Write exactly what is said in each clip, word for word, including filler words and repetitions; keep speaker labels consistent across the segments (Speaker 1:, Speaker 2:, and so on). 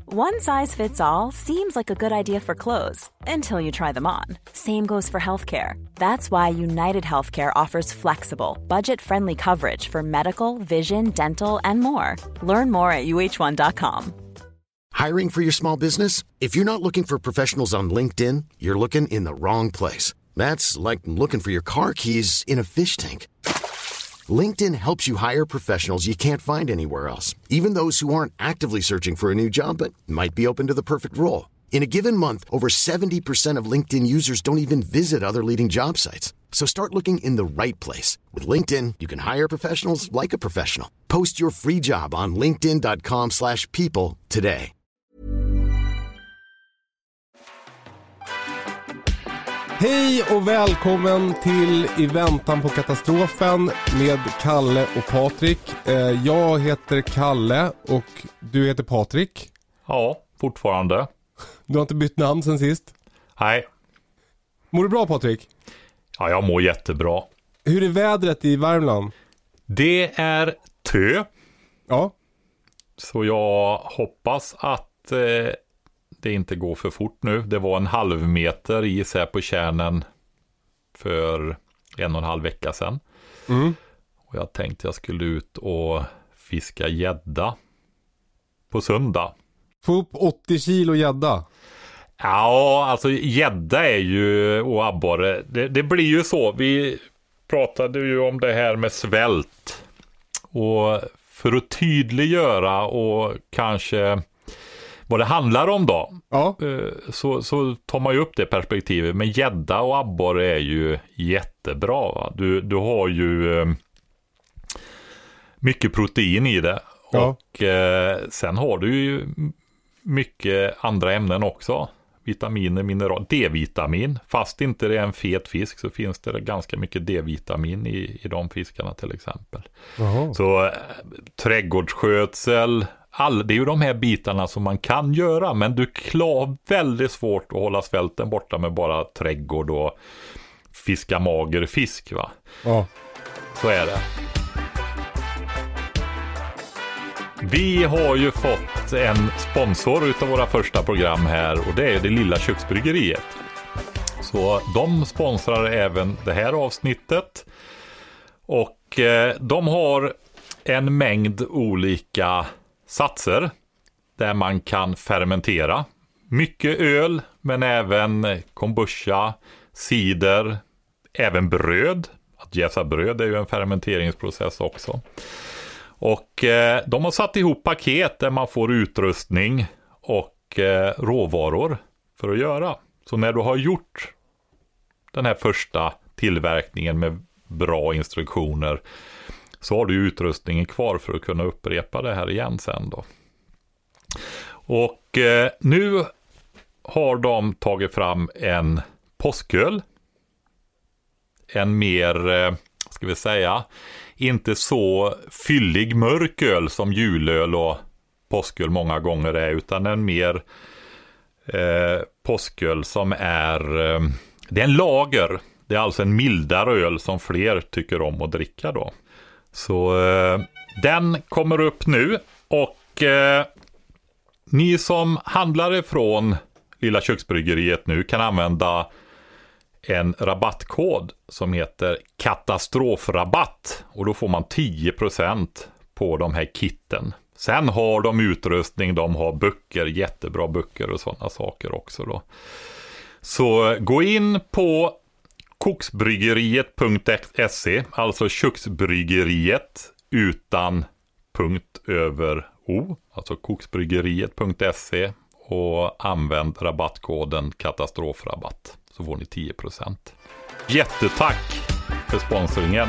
Speaker 1: One size fits all seems like a good idea for clothes until you try them on. Same goes for healthcare. That's why United Healthcare offers flexible, budget-friendly coverage for medical, vision, dental, and more. Learn more at U H one dot com.
Speaker 2: Hiring for your small business? If you're not looking for professionals on LinkedIn, you're looking in the wrong place. That's like looking for your car keys in a fish tank. LinkedIn helps you hire professionals you can't find anywhere else, even those who aren't actively searching for a new job but might be open to the perfect role. In a given month, over seventy percent of LinkedIn users don't even visit other leading job sites. So start looking in the right place. With LinkedIn, you can hire professionals like a professional. Post your free job on linkedin dot com slash people today.
Speaker 3: Hej och välkommen till I väntan på katastrofen med Kalle och Patrik. Jag heter Kalle och du heter Patrik.
Speaker 4: Ja, fortfarande.
Speaker 3: Du har inte bytt namn sen sist?
Speaker 4: Nej.
Speaker 3: Mår du bra, Patrik?
Speaker 4: Ja, jag mår jättebra.
Speaker 3: Hur är vädret i Värmland?
Speaker 4: Det är tö.
Speaker 3: Ja.
Speaker 4: Så jag hoppas att eh, det inte går för fort nu. Det var en halv meter is här på Kärnen för en och en halv vecka sedan.
Speaker 3: Mm.
Speaker 4: Och jag tänkte jag skulle ut och fiska gädda på söndag.
Speaker 3: Få upp åttio kilo gädda.
Speaker 4: Ja, alltså gädda är ju, och abborre, det, det blir ju så. Vi pratade ju om det här med svält. Och för att tydliggöra och kanske vad det handlar om då,
Speaker 3: ja.
Speaker 4: så, så tar man ju upp det perspektivet. Men gädda och abborre är ju jättebra. Va? Du, du har ju mycket protein i det.
Speaker 3: Ja.
Speaker 4: Och eh, sen har du ju mycket andra ämnen också. Vitaminer, mineral, D-vitamin. Fast inte det är en fet fisk så finns det ganska mycket D-vitamin i, i de fiskarna till exempel.
Speaker 3: Aha.
Speaker 4: Så äh, trädgårdsskötsel, all, det är ju de här bitarna som man kan göra. Men du klarar väldigt svårt att hålla svälten borta med bara trädgård och fiska mager fisk, va?
Speaker 3: Ja.
Speaker 4: Så är det. Vi har ju fått en sponsor utav våra första program här och det är det lilla köksbryggeriet. Så de sponsrar även det här avsnittet och eh, de har en mängd olika satser där man kan fermentera. Mycket öl men även kombucha, cider, även bröd. Att jäsa bröd är ju en fermenteringsprocess också. Och eh, de har satt ihop paket där man får utrustning och eh, råvaror för att göra. Så när du har gjort den här första tillverkningen med bra instruktioner så har du utrustningen kvar för att kunna upprepa det här igen sen då. Och eh, nu har de tagit fram en påsköl. En mer, eh, ska vi säga, inte så fyllig mörköl som julöl och påsköl många gånger är, utan en mer eh, påsköl som är eh, det är en lager. Det är alltså en mildare öl som fler tycker om att dricka då. Så eh, den kommer upp nu och eh, ni som handlar ifrån Lilla köksbryggeriet nu kan använda en rabattkod som heter katastrofrabatt och då får man tio procent på de här kitten. Sen har de utrustning, de har böcker, jättebra böcker och sådana saker också då. Så gå in på koksbryggeriet punkt se, alltså köksbryggeriet utan punkt över o, alltså koksbryggeriet punkt se och använd rabattkoden katastrofrabatt. Så får ni tio procent. Jättetack för sponsringen.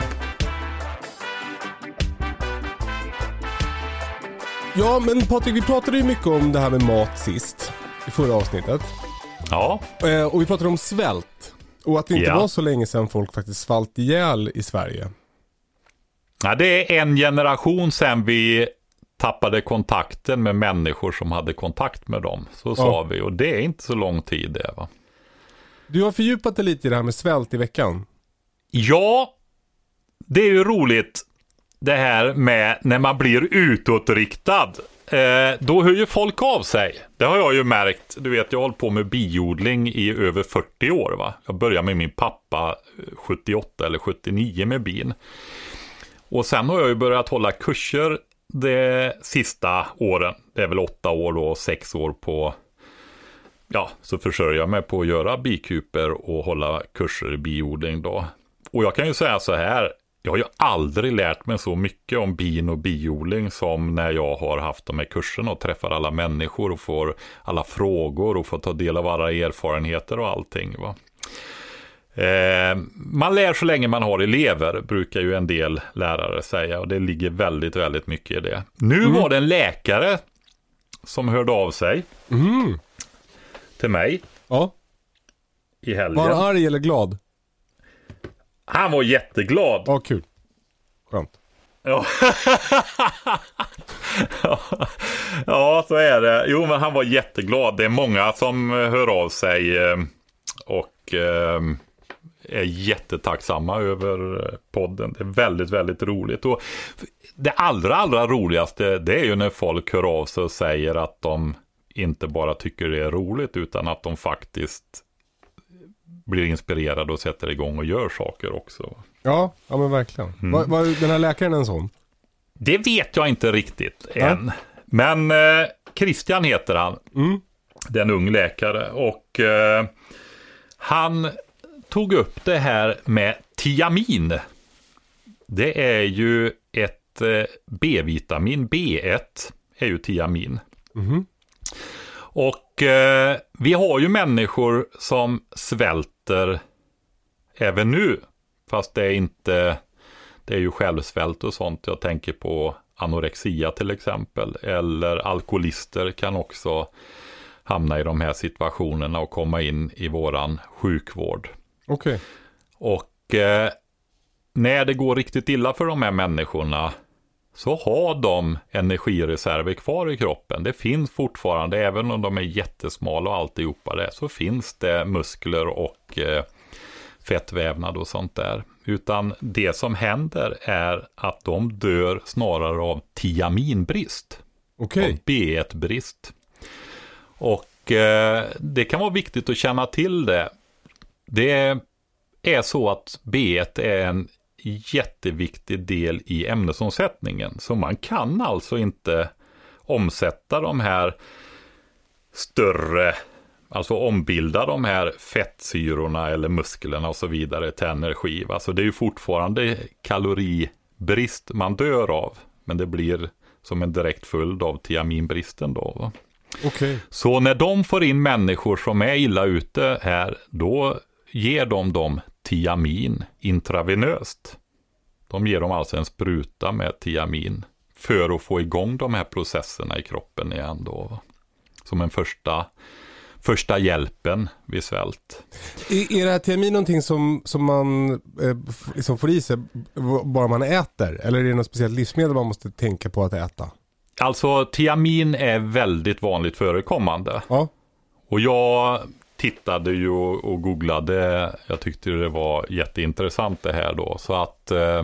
Speaker 3: Ja, men Patrik, vi pratade ju mycket om det här med mat sist i förra avsnittet.
Speaker 4: Ja.
Speaker 3: Eh, och vi pratade om svält. Och att det inte
Speaker 4: ja.
Speaker 3: var så länge sedan folk faktiskt svalt ihjäl i Sverige.
Speaker 4: Ja, det är en generation sedan vi tappade kontakten med människor som hade kontakt med dem. Så ja. sa vi. Och det är inte så lång tid det, va?
Speaker 3: Du har fördjupat dig lite i det här med svält i veckan.
Speaker 4: Ja, det är ju roligt det här med när man blir utåtriktad. eh, då hör ju folk av sig. Det har jag ju märkt. Du vet, jag har hållit på med biodling i över fyrtio år, va? Jag började med min pappa sjuttioåtta eller sjuttionio med bin. Och sen har jag ju börjat hålla kurser de sista åren. Det är väl åtta år då, sex år på... Ja, så försörjer jag mig på att göra bikuper och hålla kurser i biodling då. Och jag kan ju säga så här, jag har ju aldrig lärt mig så mycket om bin och biodling som när jag har haft de här kurserna och träffar alla människor och får alla frågor och får ta del av alla erfarenheter och allting, va. Eh, man lär så länge man har elever, brukar ju en del lärare säga, och det ligger väldigt, väldigt mycket i det. Nu mm. var det en läkare som hörde av sig mm. till mig
Speaker 3: ja.
Speaker 4: i helgen.
Speaker 3: Var han arg eller glad?
Speaker 4: Han var jätteglad.
Speaker 3: Ja, kul. Skönt.
Speaker 4: Ja. Ja, så är det. Jo, men han var jätteglad. Det är många som hör av sig och är jättetacksamma över podden. Det är väldigt, väldigt roligt. Och det allra, allra roligaste, det är ju när folk hör av sig och säger att de inte bara tycker det är roligt, utan att de faktiskt blir inspirerade och sätter igång och gör saker också.
Speaker 3: Ja, ja men verkligen. Mm. Var, var den här läkaren en sån?
Speaker 4: Det vet jag inte riktigt ja. än. Men eh, Christian heter han. Mm. Det är en ung läkare. Och eh, han tog upp det här med tiamin. Det är ju ett eh, B-vitamin. B ett är ju tiamin. Mm. Och eh, vi har ju människor som svälter även nu. Fast det är inte, det är ju självsvält och sånt. Jag tänker på anorexia till exempel. Eller alkoholister kan också hamna i de här situationerna och komma in i våran sjukvård.
Speaker 3: Okej. Okay.
Speaker 4: Och eh, när det går riktigt illa för de här människorna så har de energireserver kvar i kroppen. Det finns fortfarande, även om de är jättesmala och alltihopa det, så finns det muskler och eh, fettvävnad och sånt där. Utan det som händer är att de dör snarare av tiaminbrist.
Speaker 3: Okej.
Speaker 4: Av B ett-brist. Och eh, det kan vara viktigt att känna till det. Det är så att B ett är en jätteviktig del i ämnesomsättningen. Så man kan alltså inte omsätta de här större, alltså ombilda de här fettsyrorna eller musklerna och så vidare till energi. Alltså det är ju fortfarande kaloribrist man dör av, men det blir som en direkt följd av tiaminbristen då, va?
Speaker 3: Okay.
Speaker 4: Så när de får in människor som är illa ute här, då ger de dem tiamin intravenöst. De ger dem alltså en spruta med tiamin för att få igång de här processerna i kroppen igen då, va? Som en första, första hjälpen vid svält.
Speaker 3: Är, är det här tiamin någonting som, som man eh, liksom får i sig bara man äter? Eller är det något speciellt livsmedel man måste tänka på att äta?
Speaker 4: Alltså tiamin är väldigt vanligt förekommande.
Speaker 3: Ja.
Speaker 4: Och jag tittade ju och googlade. Jag tyckte det var jätteintressant det här då. Så att eh,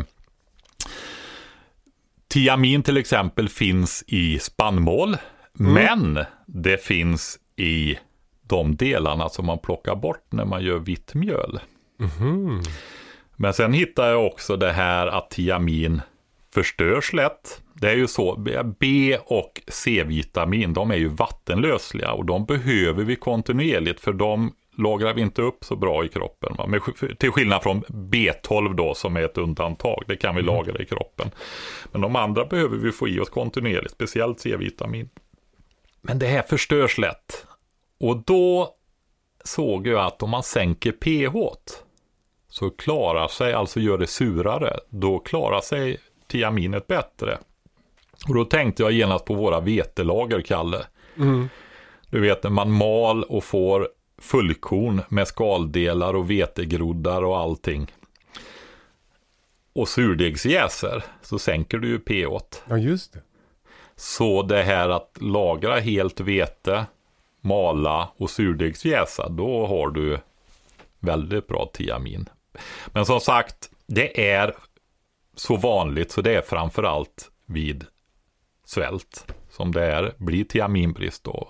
Speaker 4: tiamin till exempel finns i spannmål. Mm. Men det finns i de delarna som man plockar bort när man gör vitt mjöl.
Speaker 3: Mm.
Speaker 4: Men sen hittar jag också det här att tiamin förstörs lätt. Det är ju så, B och C-vitamin, de är ju vattenlösliga och de behöver vi kontinuerligt, för de lagrar vi inte upp så bra i kroppen. Va? Men till skillnad från B tolv då, som är ett undantag, det kan vi mm. lagra i kroppen. Men de andra behöver vi få i oss kontinuerligt, speciellt C-vitamin. Men det här förstörs lätt. Och då såg jag att om man sänker pH så klarar sig, alltså gör det surare, då klarar sig tiaminet bättre. Och då tänkte jag genast på våra vetelager, Kalle.
Speaker 3: Mm.
Speaker 4: Du vet, när man mal och får fullkorn med skaldelar och vetegroddar och allting. Och surdegsjäser, så sänker du ju pH.
Speaker 3: Ja, just det.
Speaker 4: Så det här att lagra helt vete, mala och surdegsjäsa, då har du väldigt bra tiamin. Men som sagt, det är så vanligt så det är framförallt vid svält som det är, blir tiaminbrist då.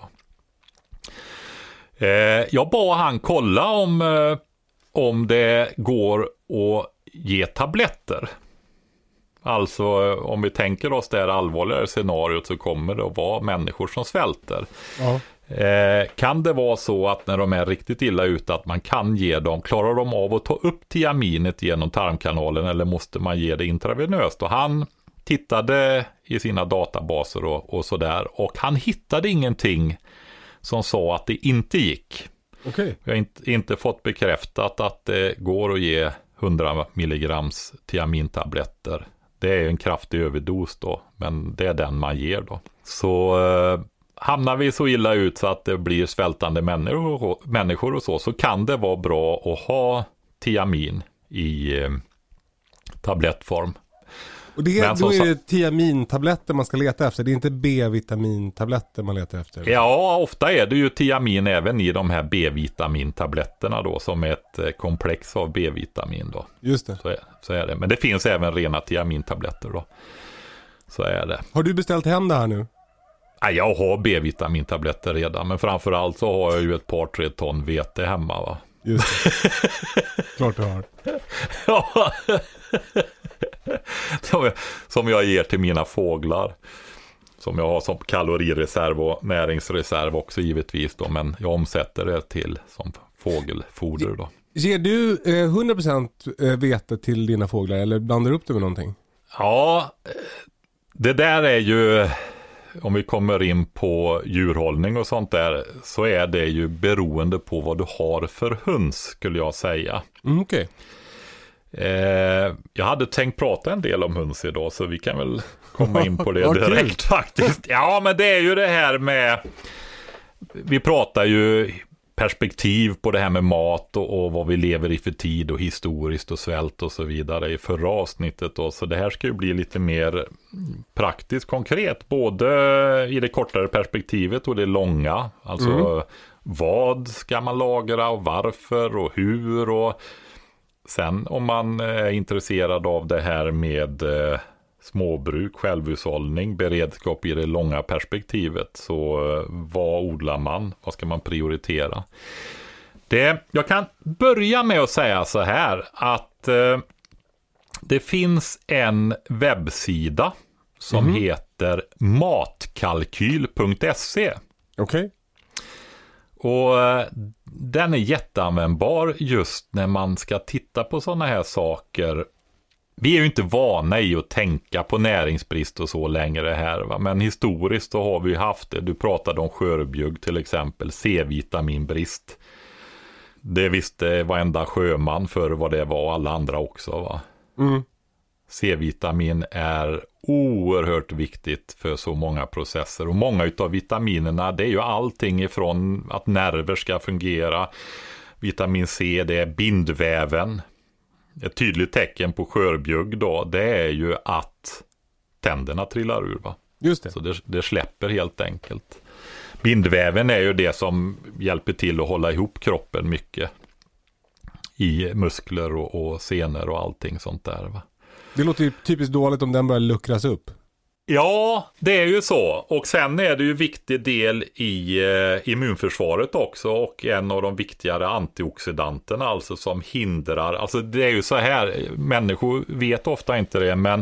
Speaker 4: Eh, jag bad han kolla om, eh, om det går att ge tabletter. Alltså om vi tänker oss det här allvarligare scenariot så kommer det att vara människor som svälter.
Speaker 3: Ja.
Speaker 4: Eh, kan det vara så att när de är riktigt illa ute att man kan ge dem, klarar de av att ta upp tiaminet genom tarmkanalen eller måste man ge det intravenöst? Och han tittade i sina databaser och, och sådär och han hittade ingenting som sa att det inte gick.
Speaker 3: Okay.
Speaker 4: Jag har inte, inte fått bekräftat att det går att ge hundra milligrams tiamintabletter. Det är en kraftig överdos då, men det är den man ger då. Så eh, hamnar vi så illa ut så att det blir svältande människor, människor och så, så kan det vara bra att ha tiamin i eh, tablettform.
Speaker 3: Och det, då är det tiamintabletter man ska leta efter, det är inte B-vitamintabletter man letar efter?
Speaker 4: Ja, ofta är det ju tiamin även i de här B-vitamintabletterna då, som är ett komplex av B-vitamin då.
Speaker 3: Just det.
Speaker 4: Så är, så är det. Men det finns även rena tiamintabletter då. Så är det.
Speaker 3: Har du beställt hem det här nu?
Speaker 4: Ja, jag har B-vitamintabletter redan, men framförallt så har jag ju ett par, tre ton vete hemma va.
Speaker 3: Just det. Klart du har.
Speaker 4: Ja. Som jag ger till mina fåglar. Som jag har som kalorireserv och näringsreserv också givetvis då. Men jag omsätter det till som fågelfoder då.
Speaker 3: Ger du eh, hundra procent vete till dina fåglar eller blandar du upp det med någonting?
Speaker 4: Ja, det där är ju... Om vi kommer in på djurhållning och sånt där så är det ju beroende på vad du har för höns skulle jag säga.
Speaker 3: Mm, okej.
Speaker 4: Eh, jag hade tänkt prata en del om höns idag så vi kan väl komma in på det direkt faktiskt. Ja, men det är ju det här med, vi pratar ju perspektiv på det här med mat och, och vad vi lever i för tid och historiskt och svält och så vidare i förra avsnittet då. Så det här ska ju bli lite mer praktiskt konkret, både i det kortare perspektivet och det långa. Alltså mm. vad ska man lagra och varför och hur, och sen om man är intresserad av det här med eh, småbruk, självhushållning, beredskap i det långa perspektivet, så eh, vad odlar man? Vad ska man prioritera? Det, jag kan börja med att säga så här att eh, det finns en webbsida som mm. heter matkalkyl punkt se.
Speaker 3: Okej. Okay.
Speaker 4: Och den är jätteanvändbar just när man ska titta på sådana här saker. Vi är ju inte vana i att tänka på näringsbrist och så längre här va? Men historiskt så har vi haft det. Du pratade om skörbjugg till exempel, C-vitaminbrist. Det visste varenda sjöman för vad det var, alla andra också va.
Speaker 3: Mm.
Speaker 4: C-vitamin är oerhört viktigt för så många processer, och många utav vitaminerna, det är ju allting ifrån att nerver ska fungera. Vitamin C, det är bindväven. Ett tydligt tecken på skörbjugg då, det är ju att tänderna trillar ur va.
Speaker 3: Just det.
Speaker 4: Så det, det släpper helt enkelt. Bindväven är ju det som hjälper till att hålla ihop kroppen mycket i muskler och, och senor och allting sånt där va.
Speaker 3: Det låter ju typiskt dåligt om den börjar luckras upp.
Speaker 4: Ja, det är ju så. Och sen är det ju en viktig del i eh, immunförsvaret också, och en av de viktigare antioxidanterna alltså som hindrar, alltså det är ju så här, människor vet ofta inte det, men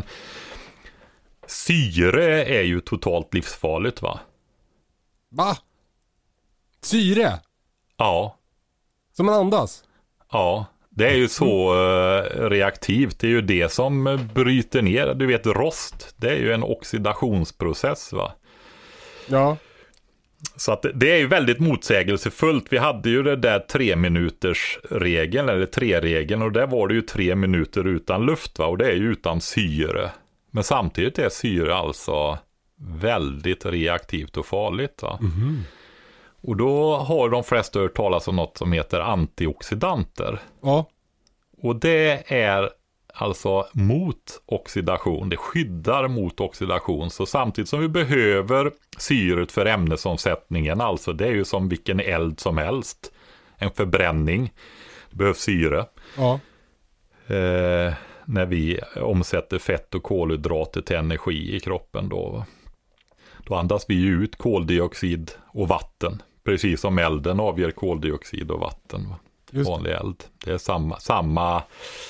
Speaker 4: syre är ju totalt livsfarligt va?
Speaker 3: Va? Syre?
Speaker 4: Ja.
Speaker 3: Som man andas?
Speaker 4: Ja. Det är ju så uh, reaktivt. Det är ju det som bryter ner. Du vet, rost, det är ju en oxidationsprocess va?
Speaker 3: Ja.
Speaker 4: Så att det är ju väldigt motsägelsefullt. Vi hade ju det där tre minuters regeln eller tre-regeln, och där var det ju tre minuter utan luft va? Och det är ju utan syre. Men samtidigt är syre alltså väldigt reaktivt och farligt va?
Speaker 3: Mm-hmm.
Speaker 4: Och då har de flesta hört talas om något som heter antioxidanter.
Speaker 3: Ja.
Speaker 4: Och det är alltså mot oxidation. Det skyddar mot oxidation. Så samtidigt som vi behöver syret för ämnesomsättningen, alltså det är ju som vilken eld som helst. En förbränning. Det behövs syre.
Speaker 3: Ja.
Speaker 4: Eh, när vi omsätter fett och kolhydrater till energi i kroppen då. då andas vi ut koldioxid och vatten. Precis som elden avger koldioxid och vatten. Vanlig eld. Det är samma, samma,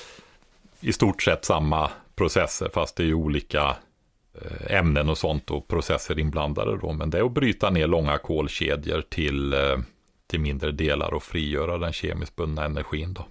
Speaker 4: i stort sett samma processer, fast det är ju olika ämnen och sånt och processer inblandade då. Men det är att bryta ner långa kolkedjor till, till mindre delar och frigöra den kemiskt bundna energin då.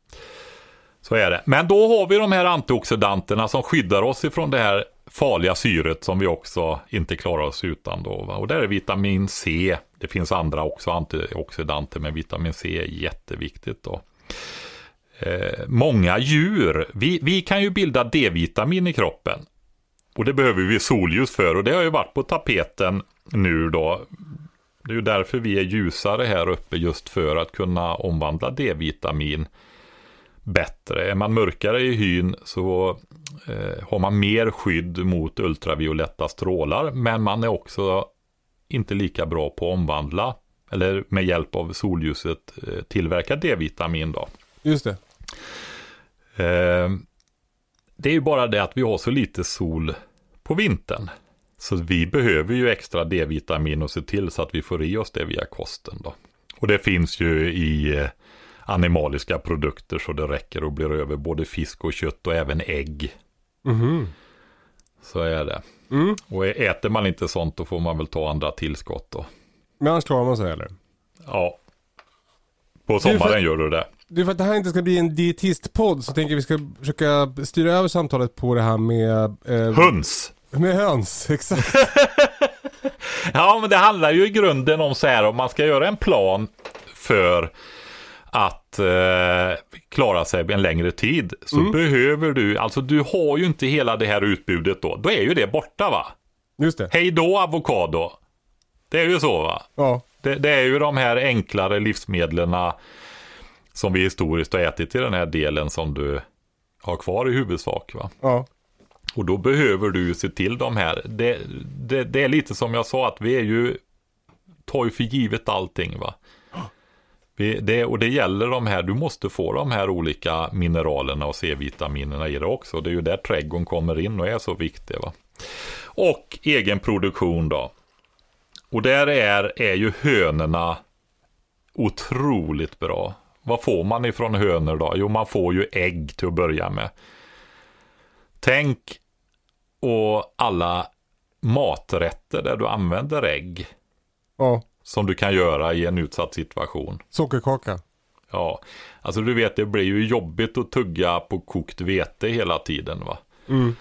Speaker 4: Så är det. Men då har vi de här antioxidanterna som skyddar oss ifrån det här farliga syret som vi också inte klarar oss utan då. Va? Och där är vitamin C. Det finns andra också antioxidanter, men vitamin C är jätteviktigt då. Eh, många djur, vi, vi kan ju bilda D-vitamin i kroppen. Och det behöver vi solljus för, och det har ju varit på tapeten nu då. Det är ju därför vi är ljusare här uppe, just för att kunna omvandla D-vitamin bättre. Är man mörkare i hyn så eh, har man mer skydd mot ultravioletta strålar, men man är också inte lika bra på att omvandla, eller med hjälp av solljuset eh, tillverka D-vitamin då.
Speaker 3: Just det.
Speaker 4: Eh, det är ju bara det att vi har så lite sol på vintern. Så vi behöver ju extra D-vitamin och se till så att vi får i oss det via kosten då. Och det finns ju i eh, animaliska produkter så det räcker och blir över både fisk och kött och även ägg.
Speaker 3: Mm.
Speaker 4: Så är det.
Speaker 3: Mm.
Speaker 4: Och äter man inte sånt då får man väl ta andra tillskott då.
Speaker 3: Men annars klarar man sig eller?
Speaker 4: Ja. På sommaren
Speaker 3: för,
Speaker 4: gör du det.
Speaker 3: Det är för att det här inte ska bli en dietistpodd, så tänker vi ska försöka styra över samtalet på det här med... Eh,
Speaker 4: höns!
Speaker 3: Med höns, exakt.
Speaker 4: Ja, men det handlar ju i grunden om så här, om man ska göra en plan för att eh, klara sig en längre tid, så mm. behöver du, alltså du har ju inte hela det här utbudet då. Då är ju det borta, va?
Speaker 3: Just det.
Speaker 4: Hej då avokado. Det är ju så, va?
Speaker 3: Ja.
Speaker 4: Det, det är ju de här enklare livsmedlen som vi historiskt har ätit i den här delen som du har kvar i huvudsak, va? Ja. Och då behöver du se till de här. Det, det, det är lite som jag sa, att vi är ju tar ju för givet allting, va? Vi, det, och det gäller de här, du måste få de här olika mineralerna och C-vitaminerna i det också. Det är ju där trädgården kommer in och är så viktig, va? Och egen produktion då. Och där är, är ju hönorna otroligt bra. Vad får man ifrån hönor då? Jo, man får ju ägg till att börja med. Tänk och alla maträtter där du använder ägg.
Speaker 3: Ja.
Speaker 4: Som du kan göra i en utsatt situation.
Speaker 3: Sockerkaka.
Speaker 4: Ja, alltså du vet, det blir ju jobbigt att tugga på kokt vete hela tiden, va?
Speaker 3: Mm.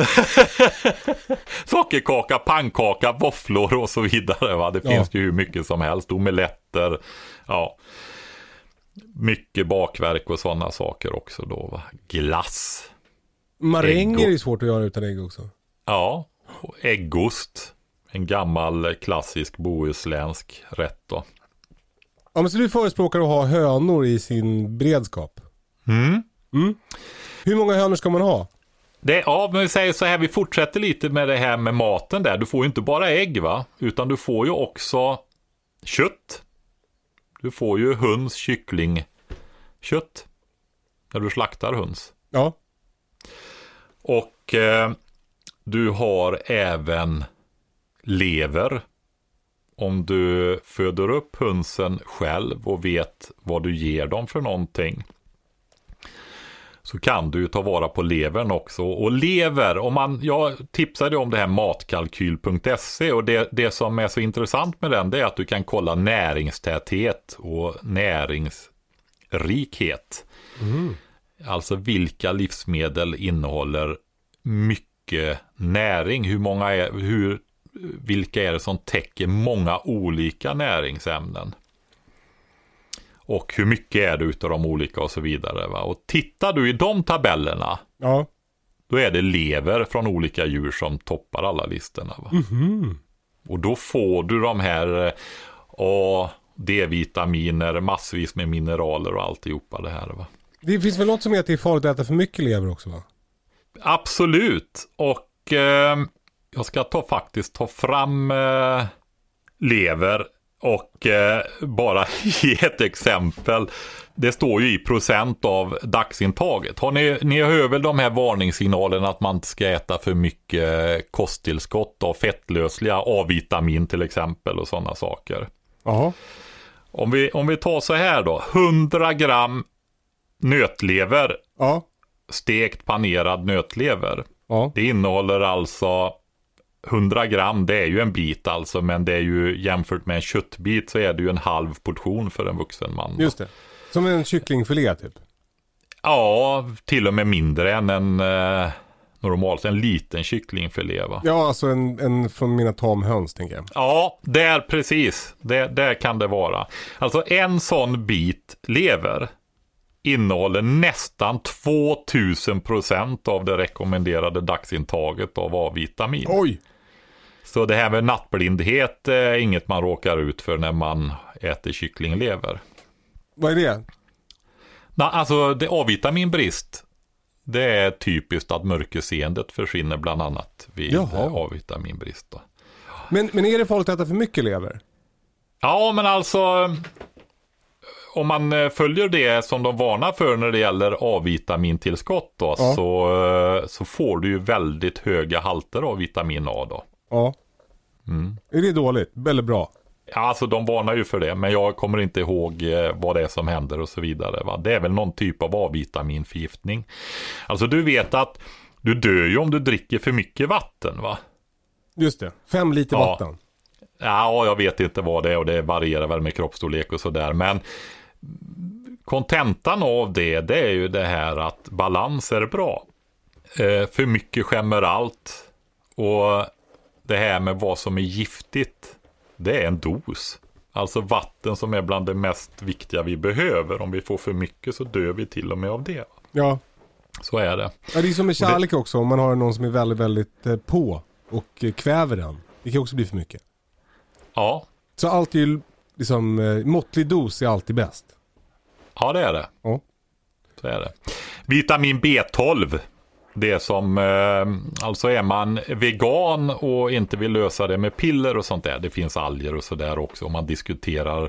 Speaker 4: Sockerkaka, pannkaka, våfflor och så vidare, va? Det finns ja. ju hur mycket som helst. Omeletter, ja. Mycket bakverk och sådana saker också då, va? Glass.
Speaker 3: Maränger är svårt att göra utan ägg också.
Speaker 4: Ja, och äggost. En gammal klassisk bohuslänsk rätt då.
Speaker 3: Ja, men så du förespråkar att ha hönor i sin beredskap?
Speaker 4: Mm.
Speaker 3: Mm. Hur många hönor ska man ha?
Speaker 4: Det, ja, men vi säger så här, vi fortsätter lite med det här med maten där. Du får ju inte bara ägg, va? Utan du får ju också kött. Du får ju höns, kyckling, kött. När du slaktar höns.
Speaker 3: Ja.
Speaker 4: Och eh, du har även lever. Om du föder upp hönsen själv och vet vad du ger dem för någonting, så kan du ta vara på levern också. Och lever, om man, jag tipsade om det här matkalkyl punkt se, och det, det som är så intressant med den, det är att du kan kolla näringstäthet och näringsrikhet. Mm. Alltså vilka livsmedel innehåller mycket näring, hur många är, hur, vilka är det som täcker många olika näringsämnen. Och hur mycket är det utav de olika och så vidare, va? Och tittar du i de tabellerna,
Speaker 3: ja.
Speaker 4: Då är det lever från olika djur som toppar alla listorna, va?
Speaker 3: Mm-hmm.
Speaker 4: Och då får du de här A, D-vitaminer, massvis med mineraler och alltihopa det här, va? Det
Speaker 3: finns väl något som är att det är farligt att äta för mycket lever också, va?
Speaker 4: Absolut. Och eh, jag ska ta faktiskt ta fram eh, lever. Och eh, bara ge ett exempel. Det står ju i procent av dagsintaget. Har ni, ni hör väl de här varningssignalerna att man inte ska äta för mycket kosttillskott av fettlösliga, A-vitamin till exempel och sådana saker.
Speaker 3: Jaha.
Speaker 4: Om vi, om vi tar så här då. hundra gram nötlever.
Speaker 3: Ja.
Speaker 4: Stekt panerad nötlever.
Speaker 3: Ja.
Speaker 4: Det innehåller alltså hundra gram, det är ju en bit alltså, men det är ju jämfört med en köttbit så är det ju en halv portion för en vuxen man.
Speaker 3: Just det. Som en kycklingfilé typ.
Speaker 4: Ja, till och med mindre än en eh, normalt, en liten kycklingfilé va?
Speaker 3: Ja, alltså en, en från mina tamhöns tänker jag.
Speaker 4: Ja, där precis. Det, där kan det vara. Alltså en sån bit lever innehåller nästan tvåtusen procent av det rekommenderade dagsintaget av A-vitamin.
Speaker 3: Oj!
Speaker 4: Så det här med nattblindhet är inget man råkar ut för när man äter kycklinglever.
Speaker 3: Vad är det?
Speaker 4: Na, alltså det A-vitaminbrist, det är typiskt att mörkerseendet försvinner bland annat vid
Speaker 3: Jaha.
Speaker 4: A-vitaminbrist då.
Speaker 3: Men, men är det farligt att äta för mycket lever?
Speaker 4: Ja, men alltså om man följer det som de varnar för när det gäller A-vitamintillskott då,
Speaker 3: ja.
Speaker 4: så, så får du ju väldigt höga halter av vitamin A då.
Speaker 3: Ja.
Speaker 4: Mm.
Speaker 3: Är det dåligt eller bra?
Speaker 4: Ja, alltså de varnar ju för det, men jag kommer inte ihåg eh, vad det är som händer och så vidare va. Det är väl någon typ av A-vitaminförgiftning. Alltså du vet att du dör ju om du dricker för mycket vatten va?
Speaker 3: Just det, fem liter
Speaker 4: Ja.
Speaker 3: vatten.
Speaker 4: Ja, jag vet inte vad det är och det varierar väl med kroppsstorlek och sådär, men kontentan av det, det är ju det här att balans är bra. Eh, för mycket skämmer allt, och det här med vad som är giftigt, det är en dos. Alltså vatten som är bland det mest viktiga vi behöver. Om vi får för mycket så dör vi till och med av det.
Speaker 3: Ja.
Speaker 4: Så är det.
Speaker 3: Ja, det är som med kärlek också. Om man har någon som är väldigt, väldigt eh, på och eh, kväver den. Det kan också bli för mycket.
Speaker 4: Ja.
Speaker 3: Så allt är ju liksom, eh, måttlig dos är alltid bäst.
Speaker 4: Ja, det är det.
Speaker 3: Ja.
Speaker 4: Så är det. Vitamin B tolv. Det som, eh, alltså är man vegan och inte vill lösa det med piller och sånt där. Det finns alger och sådär också. Om man diskuterar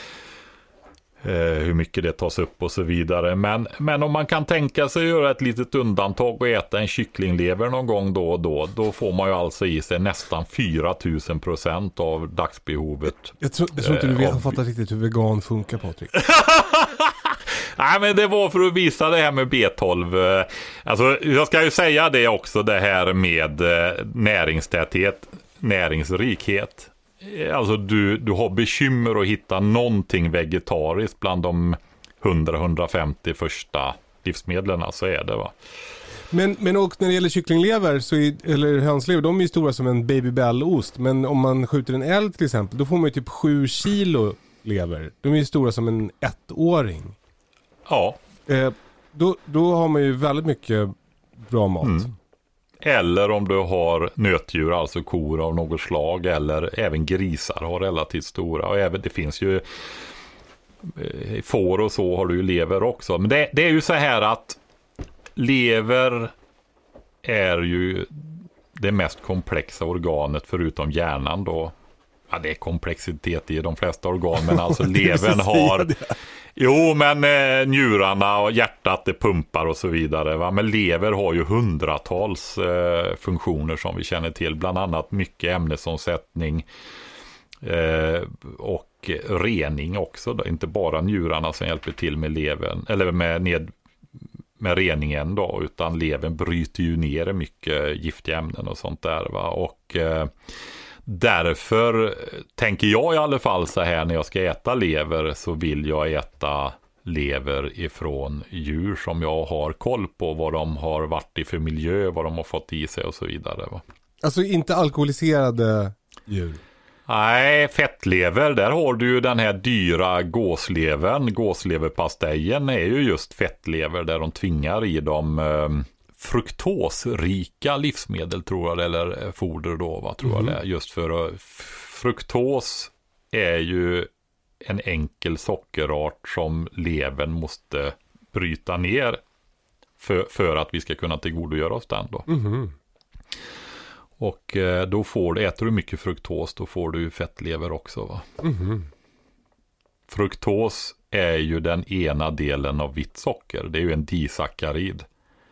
Speaker 4: eh, hur mycket det tas upp och så vidare. Men, men om man kan tänka sig att göra ett litet undantag och äta en kycklinglever någon gång då och då. Då får man ju alltså i sig nästan fyra tusen procent av dagsbehovet.
Speaker 3: Jag tror, jag tror inte du vet,
Speaker 4: eh,
Speaker 3: har fattat riktigt hur vegan funkar, Patrik.
Speaker 4: Nej, men det var för att visa det här med B tolv. Alltså, jag ska ju säga det också, det här med näringstäthet, näringsrikhet. Alltså, du, du har bekymmer att hitta någonting vegetariskt bland de hundra till hundrafemtio första livsmedlen, så är det va.
Speaker 3: Men, men och när det gäller kycklinglever så är, eller hönslever, de är ju stora som en babybellost. Men om man skjuter en älg till exempel, då får man ju typ sju kilo lever. De är ju stora som en ettåring.
Speaker 4: Ja.
Speaker 3: Eh, då, då har man ju väldigt mycket bra mat.
Speaker 4: Mm. Eller om du har nötdjur, alltså kor av något slag, eller även grisar har relativt stora. Och även, det finns ju eh, får och så har du ju lever också. Men det, det är ju så här att lever är ju det mest komplexa organet förutom hjärnan då. Ja, det är komplexitet i de flesta organ, men alltså levern har... Jo, men eh, njurarna och hjärtat, det pumpar och så vidare. Va? Men lever har ju hundratals eh, funktioner som vi känner till. Bland annat mycket ämnesomsättning eh, och rening också. Då. Inte bara njurarna som hjälper till med levern, eller med, ned, med reningen då, utan levern bryter ju ner mycket giftiga ämnen och sånt där. Va? Och... Eh, Därför tänker jag i alla fall så här, när jag ska äta lever så vill jag äta lever ifrån djur som jag har koll på, vad de har varit i för miljö, vad de har fått i sig och så vidare. Va?
Speaker 3: Alltså inte alkoholiserade djur?
Speaker 4: Nej, fettlever, där har du ju den här dyra gåslevern. Gåsleverpastejen är ju just fettlever där de tvingar i dem... Eh, fruktosrika livsmedel tror jag, eller foder då, vad tror mm. jag det är. Just för att fruktos är ju en enkel sockerart som levern måste bryta ner för, för att vi ska kunna tillgodogöra oss den då.
Speaker 3: Mm.
Speaker 4: Och eh, då får du, äter du mycket fruktos, då får du fettlever också va.
Speaker 3: Mm-hmm.
Speaker 4: Fruktos är ju den ena delen av vitt socker. Det är ju en disackarid.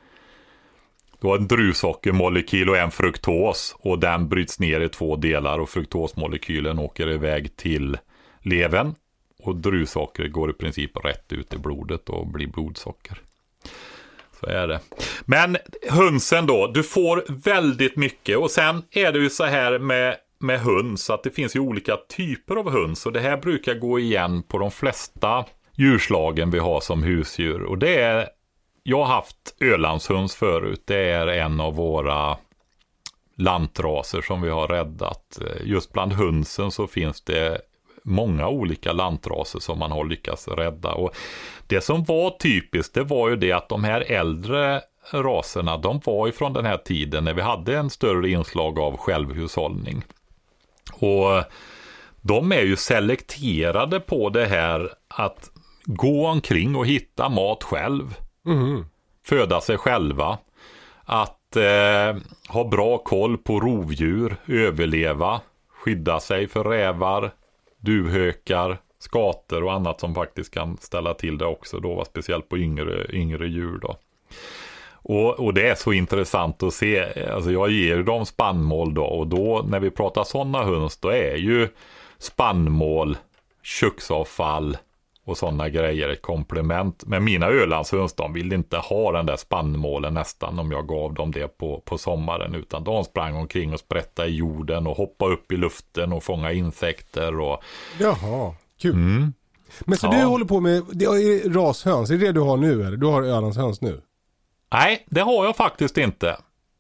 Speaker 4: Du har en druvsockermolekyl och en fruktos. Och den bryts ner i två delar. Och fruktosmolekylen åker iväg till levern. Och druvsocker går i princip rätt ut i blodet och blir blodsocker. Så är det. Men hönsen då. Du får väldigt mycket. Och sen är det ju så här med... med höns, att det finns ju olika typer av höns och det här brukar gå igen på de flesta djurslagen vi har som husdjur och det är, jag har haft ölandshöns förut, det är en av våra lantraser som vi har räddat. Just bland hönsen så finns det många olika lantraser som man har lyckats rädda och det som var typiskt det var ju det att de här äldre raserna, de var ifrån den här tiden när vi hade en större inslag av självhushållning. Och de är ju selekterade på det här att gå omkring och hitta mat själv.
Speaker 3: Mm.
Speaker 4: Föda sig själva. Att eh, ha bra koll på rovdjur, överleva, skydda sig för rävar, duvhökar, skator och annat som faktiskt kan ställa till det också då, speciellt på yngre, yngre djur då. Och, och det är så intressant att se, alltså jag ger dem spannmål då och då när vi pratar sådana höns då är ju spannmål, köksavfall och sådana grejer ett komplement. Men mina ölandshöns de vill inte ha den där spannmålen nästan om jag gav dem det på, på sommaren utan de sprang omkring och sprättade i jorden och hoppade upp i luften och fånga insekter. Och...
Speaker 3: Jaha, kul.
Speaker 4: Mm.
Speaker 3: Men så
Speaker 4: ja.
Speaker 3: du håller på med, det är rashöns, är det det du har nu eller? Du har ölandshöns nu?
Speaker 4: Nej, det har jag faktiskt inte.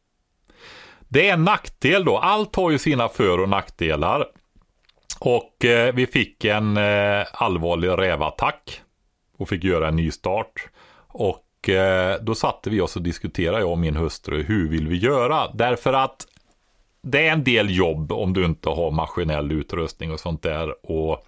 Speaker 4: Det är en nackdel då. Allt har ju sina för- och nackdelar. Och eh, vi fick en eh, allvarlig rävattack. Och fick göra en ny start. Och eh, då satte vi oss och diskuterade, jag och min hustru, hur vill vi göra? Därför att det är en del jobb om du inte har maskinell utrustning och sånt där. Och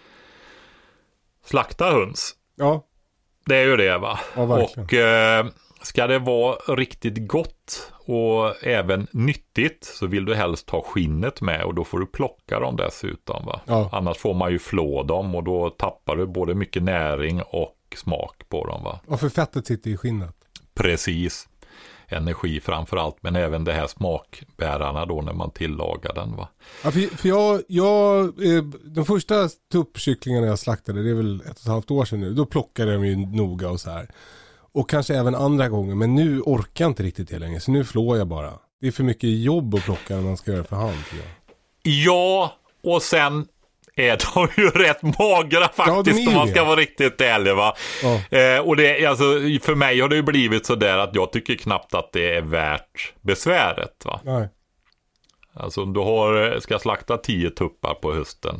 Speaker 4: slakta höns.
Speaker 3: Ja.
Speaker 4: Det är ju det va?
Speaker 3: Ja, verkligen.
Speaker 4: Och... Eh, ska det vara riktigt gott och även nyttigt så vill du helst ha skinnet med och då får du plocka dem dessutom va?
Speaker 3: Ja.
Speaker 4: Annars får man ju flå dem och då tappar du både mycket näring och smak på dem va?
Speaker 3: Och för fettet sitter i skinnet.
Speaker 4: Precis. Energi framförallt men även det här smakbärarna då när man tillagar den va?
Speaker 3: Ja, för, för jag, jag eh, de första tuppkycklingarna jag slaktade, det är väl ett och ett halvt år sedan nu, då plockade de ju noga och så här. Och kanske även andra gånger. Men nu orkar jag inte riktigt det längre. Så nu flår jag bara. Det är för mycket jobb att plocka när man ska göra för hand.
Speaker 4: Ja, och sen är de ju rätt magra faktiskt
Speaker 3: ja,
Speaker 4: om man ska vara riktigt ärlig va.
Speaker 3: Ja.
Speaker 4: Eh, och det, alltså, för mig har det ju blivit så där att jag tycker knappt att det är värt besväret va.
Speaker 3: Nej.
Speaker 4: Alltså om du har, ska slakta tio tuppar på hösten.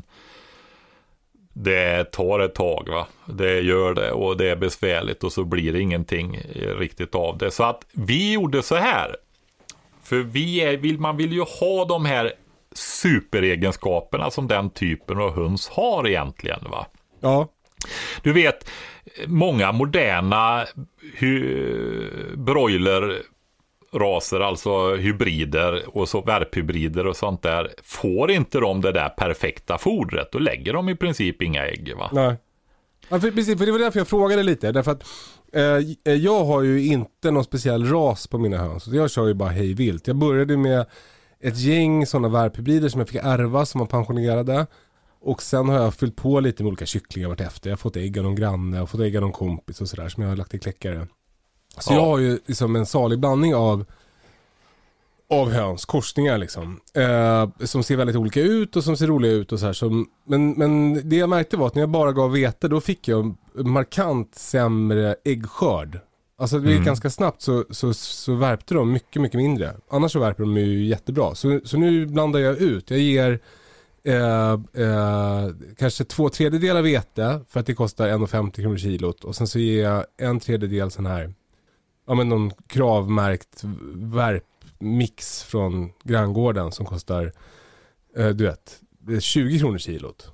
Speaker 4: Det tar ett tag va. Det gör det och det är besvärligt och så blir det ingenting riktigt av det. Så att vi gjorde så här. För vi är, vill, man vill ju ha de här superegenskaperna som den typen av höns har egentligen va.
Speaker 3: Ja.
Speaker 4: Du vet, många moderna hu- broiler raser, alltså hybrider och så värphybrider och sånt där, får inte de det där perfekta fodret, då lägger de i princip inga ägg va?
Speaker 3: Nej. Ja, för, precis, för det var därför jag frågade lite, därför att eh, jag har ju inte någon speciell ras på mina höns, jag kör ju bara hej vilt. Jag började med ett gäng sådana värphybrider som jag fick ärva som var pensionerade. Och sen har jag fyllt på lite med olika kycklingar vart efter. Jag har fått ägg av någon granne och fått ägg av någon kompis och sådär som jag har lagt i kläckare. Så ja. Jag har ju liksom en salig blandning av av höns, korsningar liksom. Eh, som ser väldigt olika ut och som ser roliga ut och så här. Som, men, men det jag märkte var att när jag bara gav vete, då fick jag markant sämre äggskörd. Alltså det är mm. ganska snabbt så, så, så värpte de mycket, mycket mindre. Annars så värper de ju jättebra. Så, så nu blandar jag ut. Jag ger eh, eh, kanske två tredjedelar vete för att det kostar en komma femtio kronor kilot. Och sen så ger jag en tredjedel sån här, ja men någon kravmärkt värpmix från granngården som kostar, eh, du vet, tjugo kronor kilot.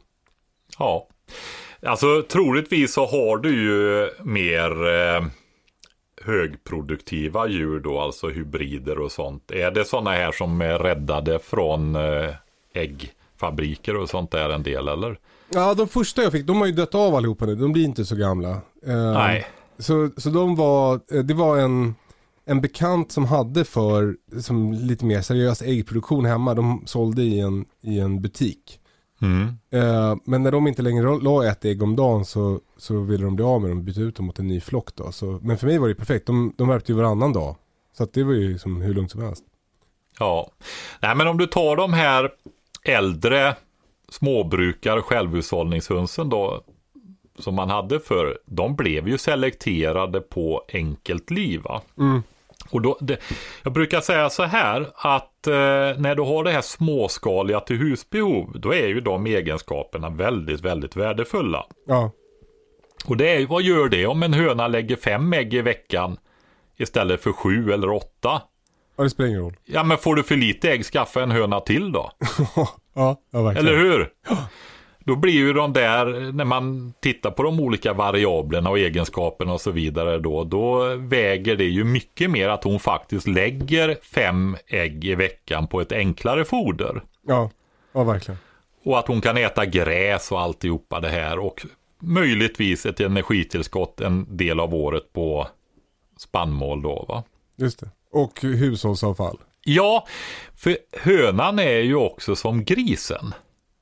Speaker 4: Ja, alltså troligtvis så har du ju mer... Eh... högproduktiva djur då, alltså hybrider och sånt. Är det sådana här som är räddade från eh, äggfabriker och sånt där en del, eller?
Speaker 3: Ja, de första jag fick, de har ju dött av allihopa nu. De blir inte så gamla. Eh,
Speaker 4: Nej.
Speaker 3: Så, så de var, det var en, en bekant som hade för som lite mer seriös äggproduktion hemma. De sålde i en, i en butik.
Speaker 4: Mm.
Speaker 3: Eh, men när de inte längre la ett ägg om dagen så, så ville de bli av med dem och byta ut dem mot en ny flock då. Så, men för mig var det perfekt. De, de värpte ju varannan dag. Så att det var ju liksom hur lugnt som helst.
Speaker 4: Ja. Nej, men om du tar de här äldre småbrukar självhushållningshönsen då, som man hade för, de blev ju selekterade på enkelt liv, va?
Speaker 3: Mm.
Speaker 4: Och då, det, jag brukar säga så här att eh, när du har det här småskaliga till husbehov, då är ju de egenskaperna väldigt, väldigt värdefulla.
Speaker 3: Ja.
Speaker 4: Och det är, vad gör det om en höna lägger fem ägg i veckan istället för sju eller åtta?
Speaker 3: Ja, det spelar ingen roll.
Speaker 4: Ja, men får du för lite ägg, skaffa en höna till då.
Speaker 3: Ja, ja, verkligen.
Speaker 4: Eller hur? Då blir ju de där, när man tittar på de olika variablerna och egenskaperna och så vidare då, då väger det ju mycket mer att hon faktiskt lägger fem ägg i veckan på ett enklare foder.
Speaker 3: Ja, ja verkligen.
Speaker 4: Och att hon kan äta gräs och alltihopa det här och möjligtvis ett energitillskott en del av året på spannmål då, va?
Speaker 3: Just det. Och hushållsavfall.
Speaker 4: Ja, för hönan är ju också som grisen.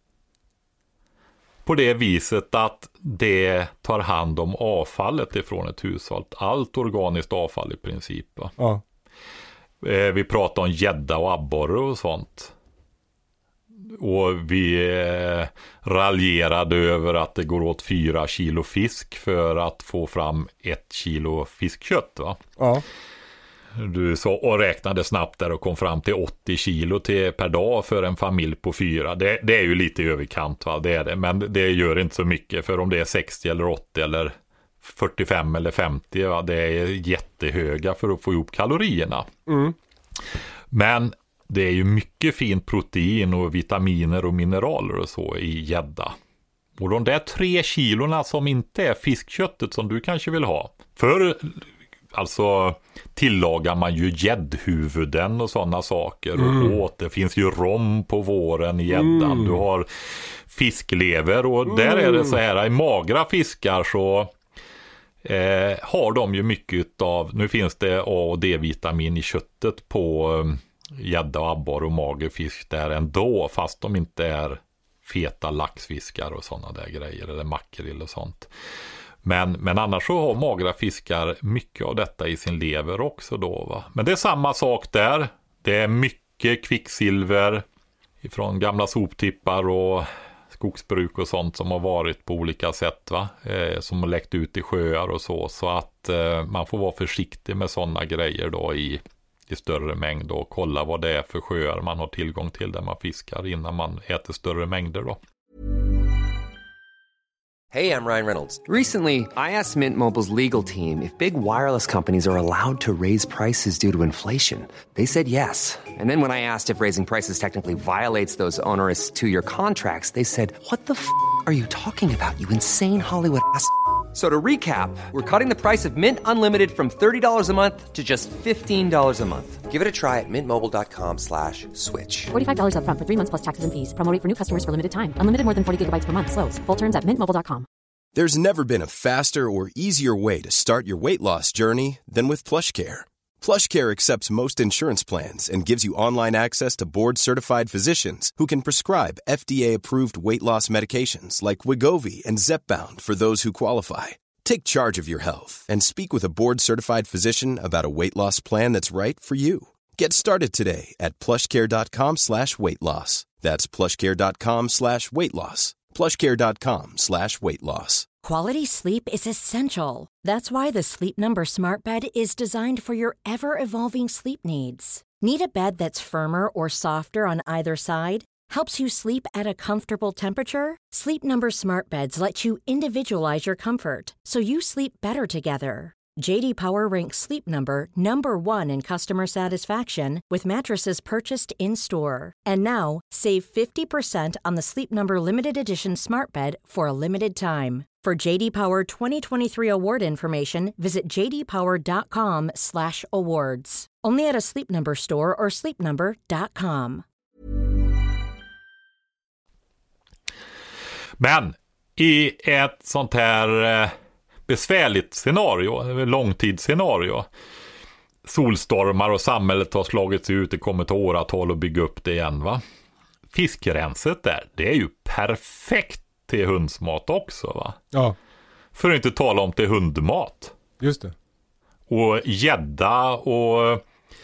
Speaker 4: På det viset att det tar hand om avfallet ifrån ett hushåll. Allt organiskt avfall i princip. Va?
Speaker 3: Ja.
Speaker 4: Eh, vi pratar om gädda och abborre och sånt. Och vi eh, raljerade över att det går åt fyra kilo fisk för att få fram ett kilo fiskkött, va?
Speaker 3: Ja.
Speaker 4: Du så och räknade snabbt där och kom fram till åttio kilo till per dag för en familj på fyra. Det, det är ju lite överkant, va? Det är det. Men det gör inte så mycket, för om det är sextio eller åttio eller fyrtiofem eller femtio, va? Det är jättehöga för att få ihop kalorierna.
Speaker 3: Mm.
Speaker 4: Men det är ju mycket fint protein och vitaminer och mineraler och så i gädda. Och de där tre kilorna som inte är fiskköttet som du kanske vill ha. För alltså tillagar man ju gäddhuvuden och sådana saker. Mm. Och åt, det finns ju rom på våren i gäddan. Mm. Du har fisklever och mm. där är det så här, i magra fiskar så eh, har de ju mycket av, nu finns det A och D-vitamin i köttet på gädda och abborre och magerfisk där ändå, fast de inte är feta laxfiskar och sådana där grejer, eller makrill och sånt. Men, men annars så har magra fiskar mycket av detta i sin lever också då, va? Men det är samma sak där. Det är mycket kvicksilver ifrån gamla soptippar och skogsbruk och sånt som har varit på olika sätt, va? Eh, som har läckt ut i sjöar och så. Så att eh, man får vara försiktig med sådana grejer då i, i större mängd och kolla vad det är för sjöar man har tillgång till där man fiskar innan man äter större mängder då.
Speaker 5: Hey, I'm Ryan Reynolds. Recently, I asked Mint Mobile's legal team if big wireless companies are allowed to raise prices due to inflation. They said yes. And then when I asked if raising prices technically violates those onerous two-year contracts, they said, "What the f*** are you talking about, you insane Hollywood ass?" So to recap, we're cutting the price of Mint Unlimited from thirty dollars a month to just fifteen dollars a month. Give it a try at mintmobile.com slash switch.
Speaker 6: forty-five dollars up front for three months plus taxes and fees. Promo rate for new customers for limited time. Unlimited more than forty gigabytes per month. Slows full terms at mint mobile dot com.
Speaker 7: There's never been a faster or easier way to start your weight loss journey than with PlushCare. PlushCare accepts most insurance plans and gives you online access to board-certified physicians who can prescribe F D A-approved weight loss medications like Wegovy and Zepbound for those who qualify. Take charge of your health and speak with a board-certified physician about a weight loss plan that's right for you. Get started today at plushcare.com slash weight loss. That's plushcare.com slash weight loss. plushcare.com slash weight loss.
Speaker 8: Quality sleep is essential. That's why the Sleep Number Smart Bed is designed for your ever-evolving sleep needs. Need a bed that's firmer or softer on either side? Helps you sleep at a comfortable temperature? Sleep Number Smart Beds let you individualize your comfort so you sleep better together. J D Power ranks Sleep Number number one in customer satisfaction with mattresses purchased in-store. And now, save fifty percent on the Sleep Number Limited Edition Smart Bed for a limited time. For J D Power twenty twenty-three award information, visit j d power dot com slash awards. Only at a Sleep Number store or sleep number dot com.
Speaker 4: Men i ett sånt här besvärligt scenario, långtidsscenario, solstormar och samhället har slagits ut, det kommer ta åratal att bygga upp det igen, va? Fiskrenset där, det är ju perfekt till hundsmat också, va?
Speaker 3: Ja.
Speaker 4: För att inte tala om till hundmat.
Speaker 3: Just det.
Speaker 4: Och gädda och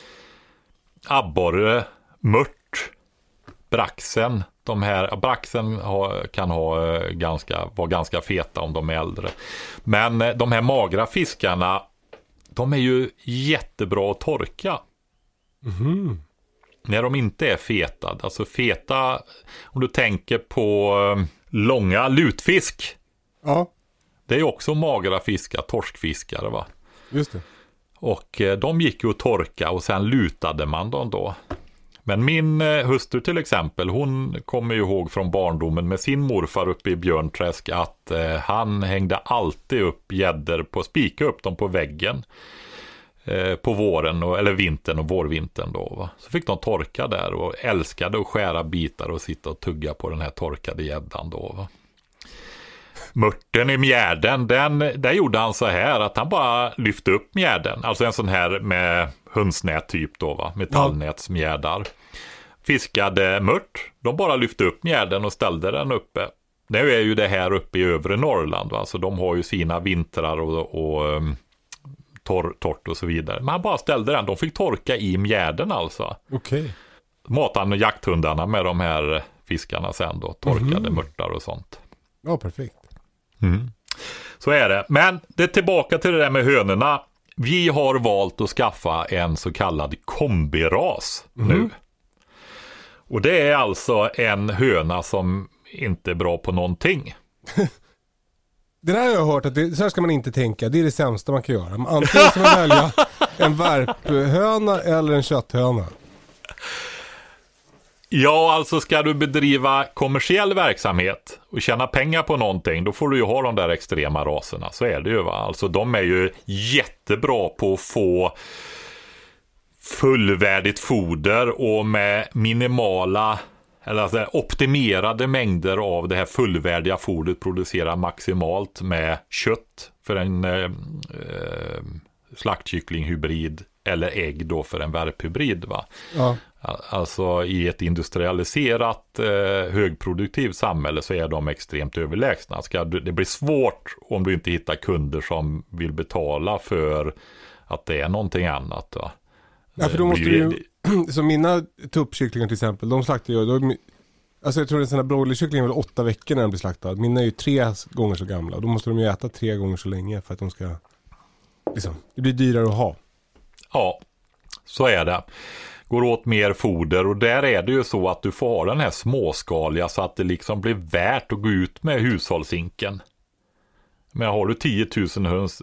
Speaker 4: abborre, mört, braxen. De här, braxen har, kan ha ganska, vara ganska feta om de är äldre. Men de här magra fiskarna, de är ju jättebra att torka.
Speaker 3: Mm.
Speaker 4: När de inte är feta. Alltså feta, om du tänker på långa lutfisk.
Speaker 3: Ja.
Speaker 4: Det är ju också magra fiskar, torskfiskare, va?
Speaker 3: Just det.
Speaker 4: Och de gick ju att torka och sen lutade man dem då. Men min hustru till exempel, hon kommer ju ihåg från barndomen med sin morfar uppe i Björnträsk att eh, han hängde alltid upp gäddor på, spika upp dem på väggen eh, på våren och, eller vintern och vårvintern då, va? Så fick de torka där och älskade att skära bitar och sitta och tugga på den här torkade gäddan då, va? Mörten i mjärden, den, där gjorde han så här att han bara lyfte upp mjärden. Alltså en sån här med hundsnät typ då, va? Metallnätsmjärdar. Fiskade mört, de bara lyfte upp mjärden och ställde den uppe. Nu är ju det här uppe i övre Norrland, va? Så de har ju sina vintrar och, och um, torr, torrt och så vidare. Men han bara ställde den, de fick torka i mjärden alltså.
Speaker 3: Okej. Okay.
Speaker 4: Matade jakthundarna med de här fiskarna sen då, torkade mm. mörtar och sånt.
Speaker 3: Ja, perfekt.
Speaker 4: Mm. Så är det. Men det är tillbaka till det där med hönorna. Vi har valt att skaffa en så kallad kombiras mm. nu. Och det är alltså en höna som inte är bra på någonting.
Speaker 3: Det där har jag hört att det, så här ska man inte tänka. Det är det sämsta man kan göra. Antingen ska man välja en värphöna eller en kötthöna.
Speaker 4: Ja, alltså ska du bedriva kommersiell verksamhet och tjäna pengar på någonting, då får du ju ha de där extrema raserna. Så är det ju, va? Alltså de är ju jättebra på att få fullvärdigt foder och med minimala eller alltså optimerade mängder av det här fullvärdiga fodret producera maximalt med kött för en eh, slaktkycklinghybrid eller ägg då för en värphybrid, va? Ja. Alltså i ett industrialiserat eh, högproduktivt samhälle så är de extremt överlägsna. Ska du, det blir svårt om du inte hittar kunder som vill betala för att det är någonting annat, va?
Speaker 3: Ja, för då måste du ju, som mina tuppkycklingar till exempel, de slaktar ju, de, alltså jag tror att en sån här broilerkyckling är väl åtta veckor när den blir slaktad. Mina är ju tre gånger så gamla, då måste de ju äta tre gånger så länge för att de ska, liksom, det blir dyrare att ha.
Speaker 4: Ja, så är det. Går åt mer foder och där är det ju så att du får ha den här småskaliga så att det liksom blir värt att gå ut med hushållsinken. Men har du tio tusen höns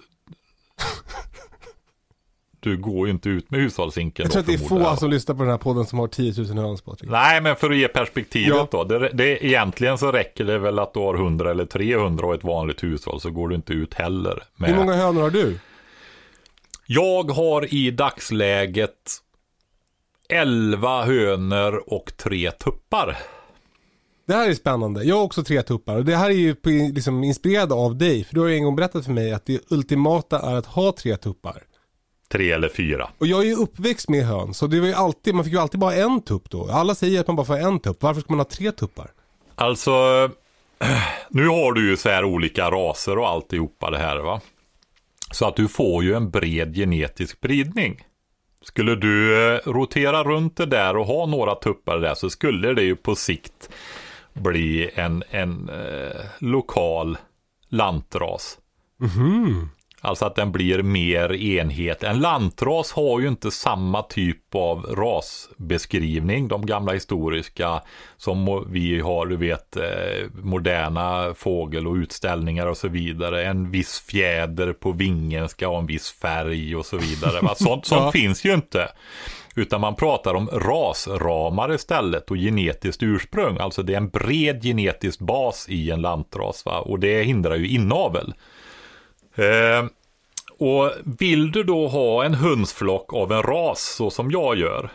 Speaker 4: du går ju inte ut med hushållsinken.
Speaker 3: Jag tror att det är få som lyssnar på den här podden som har tio tusen höns på.
Speaker 4: Nej, men för att ge perspektivet ja. då. Det, det, egentligen så räcker det väl att du har hundra eller trehundra och ett vanligt hushåll så går du inte ut heller. Med...
Speaker 3: Hur många hönor har du?
Speaker 4: Jag har i dagsläget elva hönor och tre tuppar.
Speaker 3: Det här är spännande. Jag har också tre tuppar. Och det här är ju på, liksom, inspirerad av dig. För du har ju en gång berättat för mig att det ultimata är att ha tre tuppar.
Speaker 4: Tre eller fyra.
Speaker 3: Och jag är ju uppväxt med höns. Så det var ju alltid, man fick ju alltid bara en tupp då. Alla säger att man bara får en tupp. Varför ska man ha tre tuppar?
Speaker 4: Alltså, nu har du ju så här olika raser och alltihopa det här, va? Så att du får ju en bred genetisk spridning. Skulle du rotera runt det där och ha några tuppar där så skulle det ju på sikt bli en, en eh, lokal lantras.
Speaker 3: Mhm.
Speaker 4: Alltså att den blir mer enhet. En lantras har ju inte samma typ av rasbeskrivning, de gamla historiska, som vi har, du vet, moderna fågel- och utställningar och så vidare. En viss fjäder på vingen ska ha en viss färg och så vidare. Sånt, sånt ja. finns ju inte. Utan man pratar om rasramar istället och genetiskt ursprung. Alltså det är en bred genetisk bas i en lantras, va? Och det hindrar ju inavel. Eh, och vill du då ha en hönsflock av en ras så som jag gör,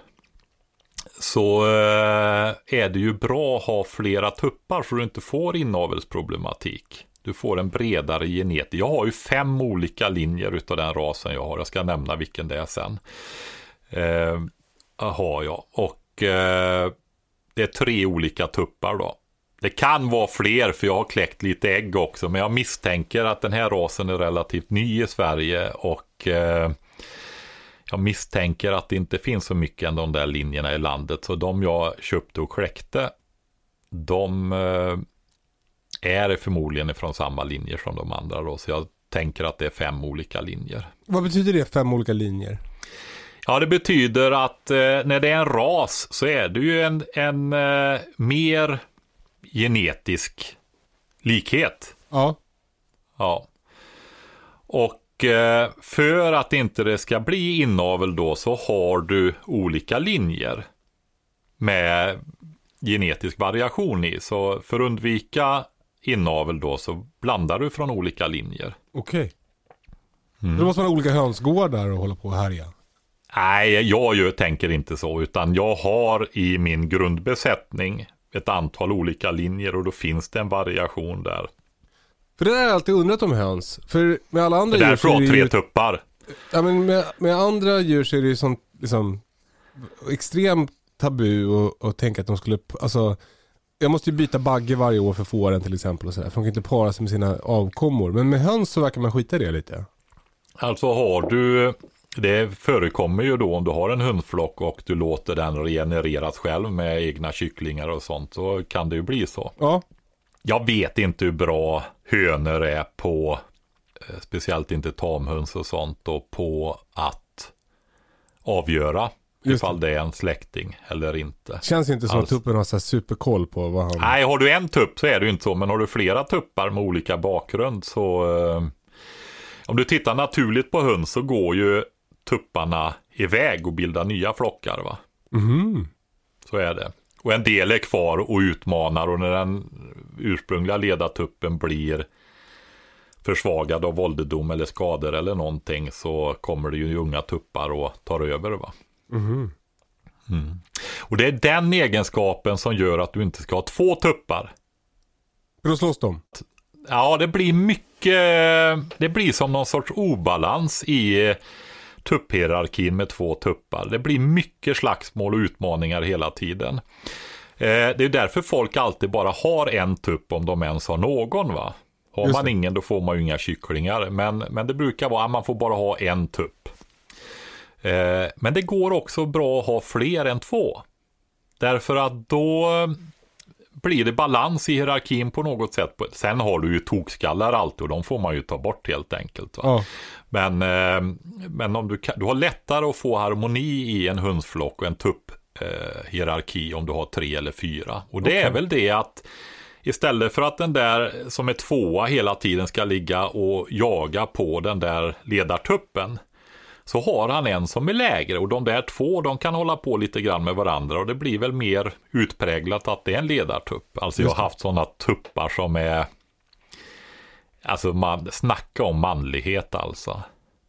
Speaker 4: så eh, är det ju bra att ha flera tuppar så du inte får inavelsproblematik. Du får en bredare genetik. Jag har ju fem olika linjer utav den rasen jag har. Jag ska nämna vilken det är sen. Eh, har jag. Och eh, det är tre olika tuppar då. Det kan vara fler för jag har kläckt lite ägg också. Men jag misstänker att den här rasen är relativt ny i Sverige. Och eh, jag misstänker att det inte finns så mycket än de där linjerna i landet. Så de jag köpte och kläckte, de eh, är förmodligen från samma linjer som de andra då. Så jag tänker att det är fem olika linjer.
Speaker 3: Vad betyder det, fem olika linjer?
Speaker 4: Ja, det betyder att eh, när det är en ras så är det ju en, en eh, mer genetisk likhet.
Speaker 3: Ja.
Speaker 4: Ja. Och eh, för att inte det ska bli inavel då så har du olika linjer med genetisk variation i. Så för att undvika inavel då så blandar du från olika linjer.
Speaker 3: Okej. Okay.
Speaker 4: Mm.
Speaker 3: Då måste man ha olika hönsgårdar och hålla på här igen.
Speaker 4: Nej, jag ju tänker inte så, utan jag har i min grundbesättning ett antal olika linjer och då finns det en variation där.
Speaker 3: För det där har jag alltid undrat om höns. För med alla andra
Speaker 4: det
Speaker 3: djur
Speaker 4: så är det tre ju... tuppar.
Speaker 3: Ja, men med, med andra djur så är det ju sånt liksom extremt tabu och, och tänka att de skulle, alltså jag måste ju byta bagge varje år för fåren till exempel och sådär. För de kan inte para sig med sina avkommor. Men med höns så verkar man skita i det lite.
Speaker 4: Alltså har du... Det förekommer ju då om du har en hundflock och du låter den regenereras själv med egna kycklingar och sånt, så kan det ju bli så.
Speaker 3: Ja.
Speaker 4: Jag vet inte hur bra hönor är på, speciellt inte tamhöns och sånt, och på att avgöra
Speaker 3: Just
Speaker 4: ifall det är en släkting eller inte.
Speaker 3: Känns inte som
Speaker 4: alltså,
Speaker 3: att tuppen har så här superkoll på vad han...
Speaker 4: Nej, har du en tupp så är det ju inte så, men har du flera tuppar med olika bakgrund så... Eh, om du tittar naturligt på höns så går ju tupparna iväg och bildar nya flockar, va?
Speaker 3: Mm.
Speaker 4: Så är det. Och en del är kvar och utmanar, och när den ursprungliga ledartuppen blir försvagad av våldedom eller skador eller någonting, så kommer det ju unga tuppar och tar över, va?
Speaker 3: Mm.
Speaker 4: Mm. Och det är den egenskapen som gör att du inte ska ha två tuppar.
Speaker 3: För då slåss de?
Speaker 4: Ja, det blir mycket, det blir som någon sorts obalans i tupphierarkin med två tuppar. Det blir mycket slagsmål och utmaningar hela tiden. Det är därför folk alltid bara har en tupp om de ens har någon, va? Har man ingen då får man ju inga kycklingar. Men, men det brukar vara att man får bara ha en tupp. Men det går också bra att ha fler än två. Därför att då blir det balans i hierarkin på något sätt. Sen har du ju tokskallar alltid och de får man ju ta bort helt enkelt, va? Ja. Men, men om du, du har lättare att få harmoni i en hönsflock och en tupp eh, hierarki om du har tre eller fyra. Och det okay. är väl det att istället för att den där som är tvåa hela tiden ska ligga och jaga på den där ledartuppen, så har han en som är lägre, och de där två de kan hålla på lite grann med varandra, och det blir väl mer utpräglat att det är en ledartupp. Alltså jag har haft sådana tuppar som är, alltså man snacka om manlighet alltså.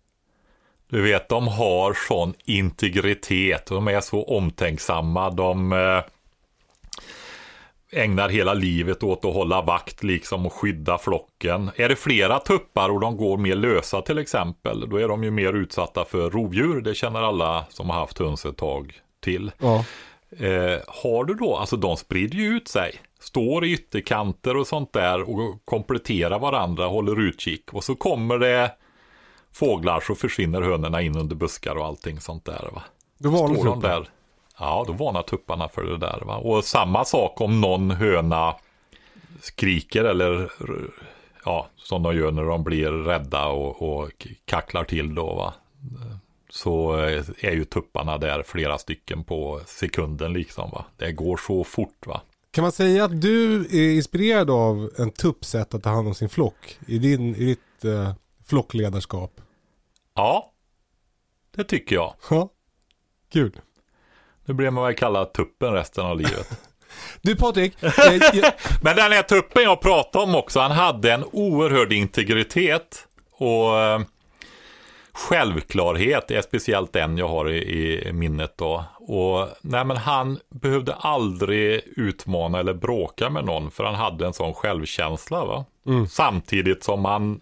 Speaker 4: Du vet, de har sån integritet, de är så omtänksamma, de eh, ägnar hela livet åt att hålla vakt liksom och skydda flocken. Är det flera tuppar och de går mer lösa till exempel, då är de ju mer utsatta för rovdjur. Det känner alla som har haft höns ett tag till.
Speaker 3: Ja.
Speaker 4: Eh, har du då, alltså de sprider ju ut sig, står i ytterkanter och sånt där och kompletterar varandra, håller utkik, och så kommer det fåglar så försvinner hönorna in under buskar och allting sånt där, va?
Speaker 3: Då var
Speaker 4: står de där. Ja, då varnar tupparna för det där, va? Och samma sak om någon höna skriker eller ja, som de gör när de blir rädda och, och kacklar till då, va. Så är ju tupparna där flera stycken på sekunden liksom, va. Det går så fort, va.
Speaker 3: Kan man säga att du är inspirerad av en tuppsätt att ta hand om sin flock i, din, i ditt eh, flockledarskap? Ja,
Speaker 4: det tycker jag.
Speaker 3: Ja, kul.
Speaker 4: Nu blir man väl kallad tuppen resten av livet.
Speaker 3: Du Patrik. Eh,
Speaker 4: jag... Men den här tuppen jag pratade om också, han hade en oerhörd integritet och eh, självklarhet. Det är speciellt den jag har i, i minnet då. Och nej, men han behövde aldrig utmana eller bråka med någon, för han hade en sån självkänsla, va? Mm. Samtidigt som han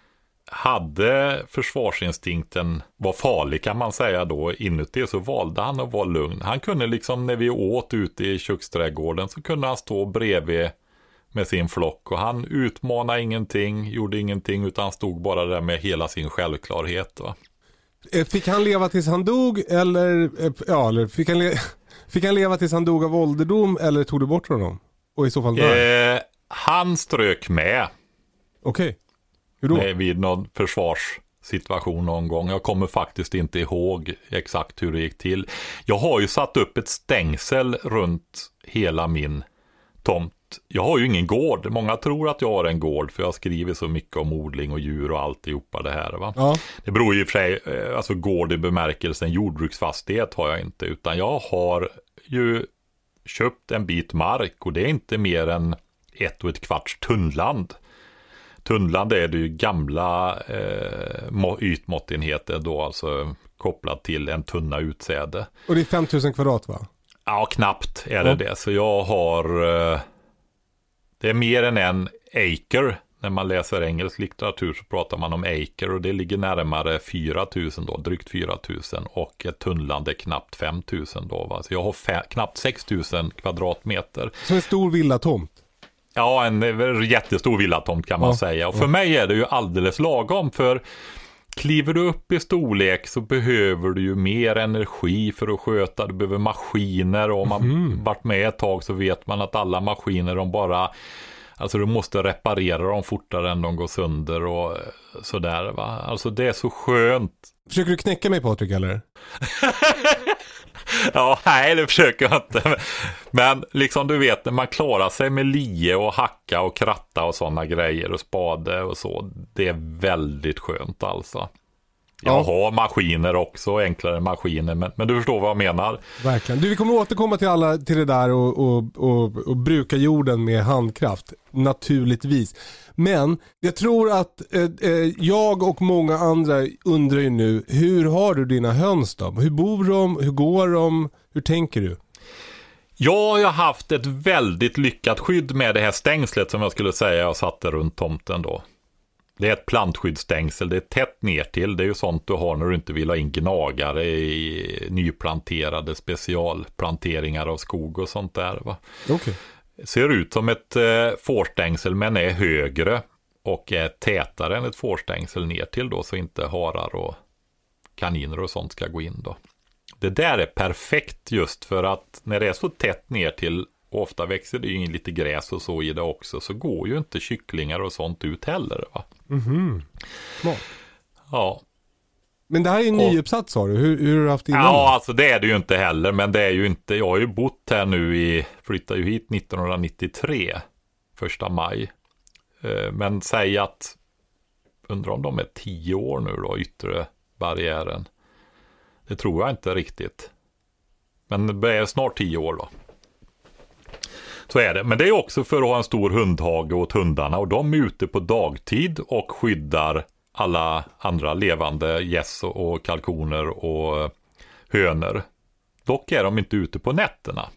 Speaker 4: hade försvarsinstinkten var farlig, kan man säga då, inuti, så valde han att vara lugn. Han kunde liksom, när vi åt ute i köksträdgården, så kunde han stå bredvid med sin flock och han utmanade ingenting, gjorde ingenting, utan stod bara där med hela sin självklarhet, va?
Speaker 3: Fick han leva tills han dog eller, ja, eller fick, han le- fick han leva tills han dog av ålderdom, eller tog du bort honom? Och i så fall när?
Speaker 4: Eh, han strök med.
Speaker 3: Okej. Okay. Hur då?
Speaker 4: Nej, vid någon försvarssituation någon gång. Jag kommer faktiskt inte ihåg exakt hur det gick till. Jag har ju satt upp ett stängsel runt hela min tomt. Jag har ju ingen gård. Många tror att jag har en gård, för jag skriver så mycket om odling och djur och alltihopa det här, va? Ja. Det beror ju för sig, alltså gård i bemärkelsen jordbruksfastighet har jag inte, utan jag har ju köpt en bit mark och det är inte mer än ett och ett kvarts tunnland. Tunnland är det ju gamla eh, ytmåttenheter då, alltså kopplat till en tunna utsäde.
Speaker 3: Och det är femtusen kvadrat, va?
Speaker 4: Ja, knappt är det ja. det. Så jag har, eh, det är mer än en acre. När man läser engelsk litteratur så pratar man om acre, och det ligger närmare fyra tusen då, drygt fyra tusen, och ett tunnland är knappt fem tusen då, va? Så jag har fe- knappt sex tusen kvadratmeter.
Speaker 3: Så en stor villatomt?
Speaker 4: Ja, en jättestor villatomt kan man ja, säga. Och för ja. mig är det ju alldeles lagom, för kliver du upp i storlek så behöver du ju mer energi för att sköta. Du behöver maskiner, och om man mm. varit med ett tag så vet man att alla maskiner, de bara, alltså du måste reparera dem fortare än de går sönder och sådär, va. Alltså det är så skönt.
Speaker 3: Försöker du knäcka mig, Patrik, eller?
Speaker 4: Ja, nej, det försöker jag inte. Men liksom du vet, när man klarar sig med lie och hacka och kratta och sådana grejer och spade och så, det är väldigt skönt alltså. Jag ja. har maskiner också, enklare maskiner, men, men du förstår vad jag menar.
Speaker 3: Verkligen. Du, vi kommer återkomma till alla till det där och, och, och, och bruka jorden med handkraft, naturligtvis. Men jag tror att eh, jag och många andra undrar ju nu, hur har du dina höns då? Hur bor de? Hur går de? Hur tänker du?
Speaker 4: Ja, jag har haft ett väldigt lyckat skydd med det här stängslet som jag skulle säga jag satte runt tomten då. Det är ett plantskyddsstängsel, det är tätt ner till. Det är ju sånt du har när du inte vill ha in gnagare i nyplanterade specialplanteringar av skog och sånt där, va?
Speaker 3: Okay.
Speaker 4: Ser ut som ett eh, fårstängsel, men är högre och är tätare än ett fårstängsel ner till då, så inte harar och kaniner och sånt ska gå in då. Det där är perfekt just för att när det är så tätt ner till, och ofta växer det ju in lite gräs och så i det också, så går ju inte kycklingar och sånt ut heller, va?
Speaker 3: Mhm. Smart.
Speaker 4: Ja.
Speaker 3: Men det här är ju en nyuppsatt, sa du. Hur, hur har du haft det innan?
Speaker 4: Ja, alltså det är det ju inte heller, men det är ju inte, jag har ju bott här nu i, flyttade ju hit nittonhundranittiotre, första maj. Men säg att, undrar om de är tio år nu då, yttre barriären. Det tror jag inte riktigt. Men det är snart tio år då. Så är det. Men det är också för att ha en stor hundhage åt hundarna, och de är ute på dagtid och skyddar alla andra levande gäss och kalkoner och hönor. Dock är de inte ute på nätterna.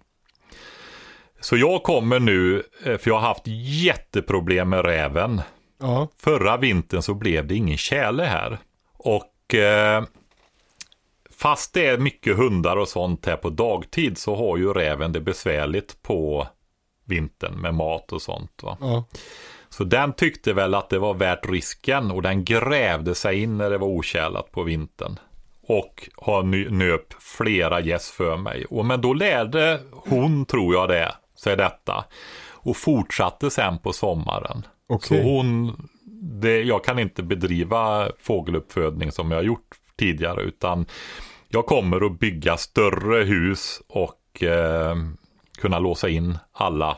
Speaker 4: Så jag kommer nu, för jag har haft jätteproblem med räven. Ja. Förra vintern så blev det ingen tjäle här. Och eh, fast det är mycket hundar och sånt här på dagtid, så har ju räven det besvärligt på vintern med mat och sånt, va? Ja. Så den tyckte väl att det var värt risken, och den grävde sig in när det var otjälat på vintern. Och har nöp flera gäss för mig. Och men då lärde hon, tror jag det, sig detta. Och fortsatte sen på sommaren.
Speaker 3: Okay.
Speaker 4: Så hon, det, jag kan inte bedriva fågeluppfödning som jag har gjort tidigare, utan jag kommer att bygga större hus och eh, kunna låsa in alla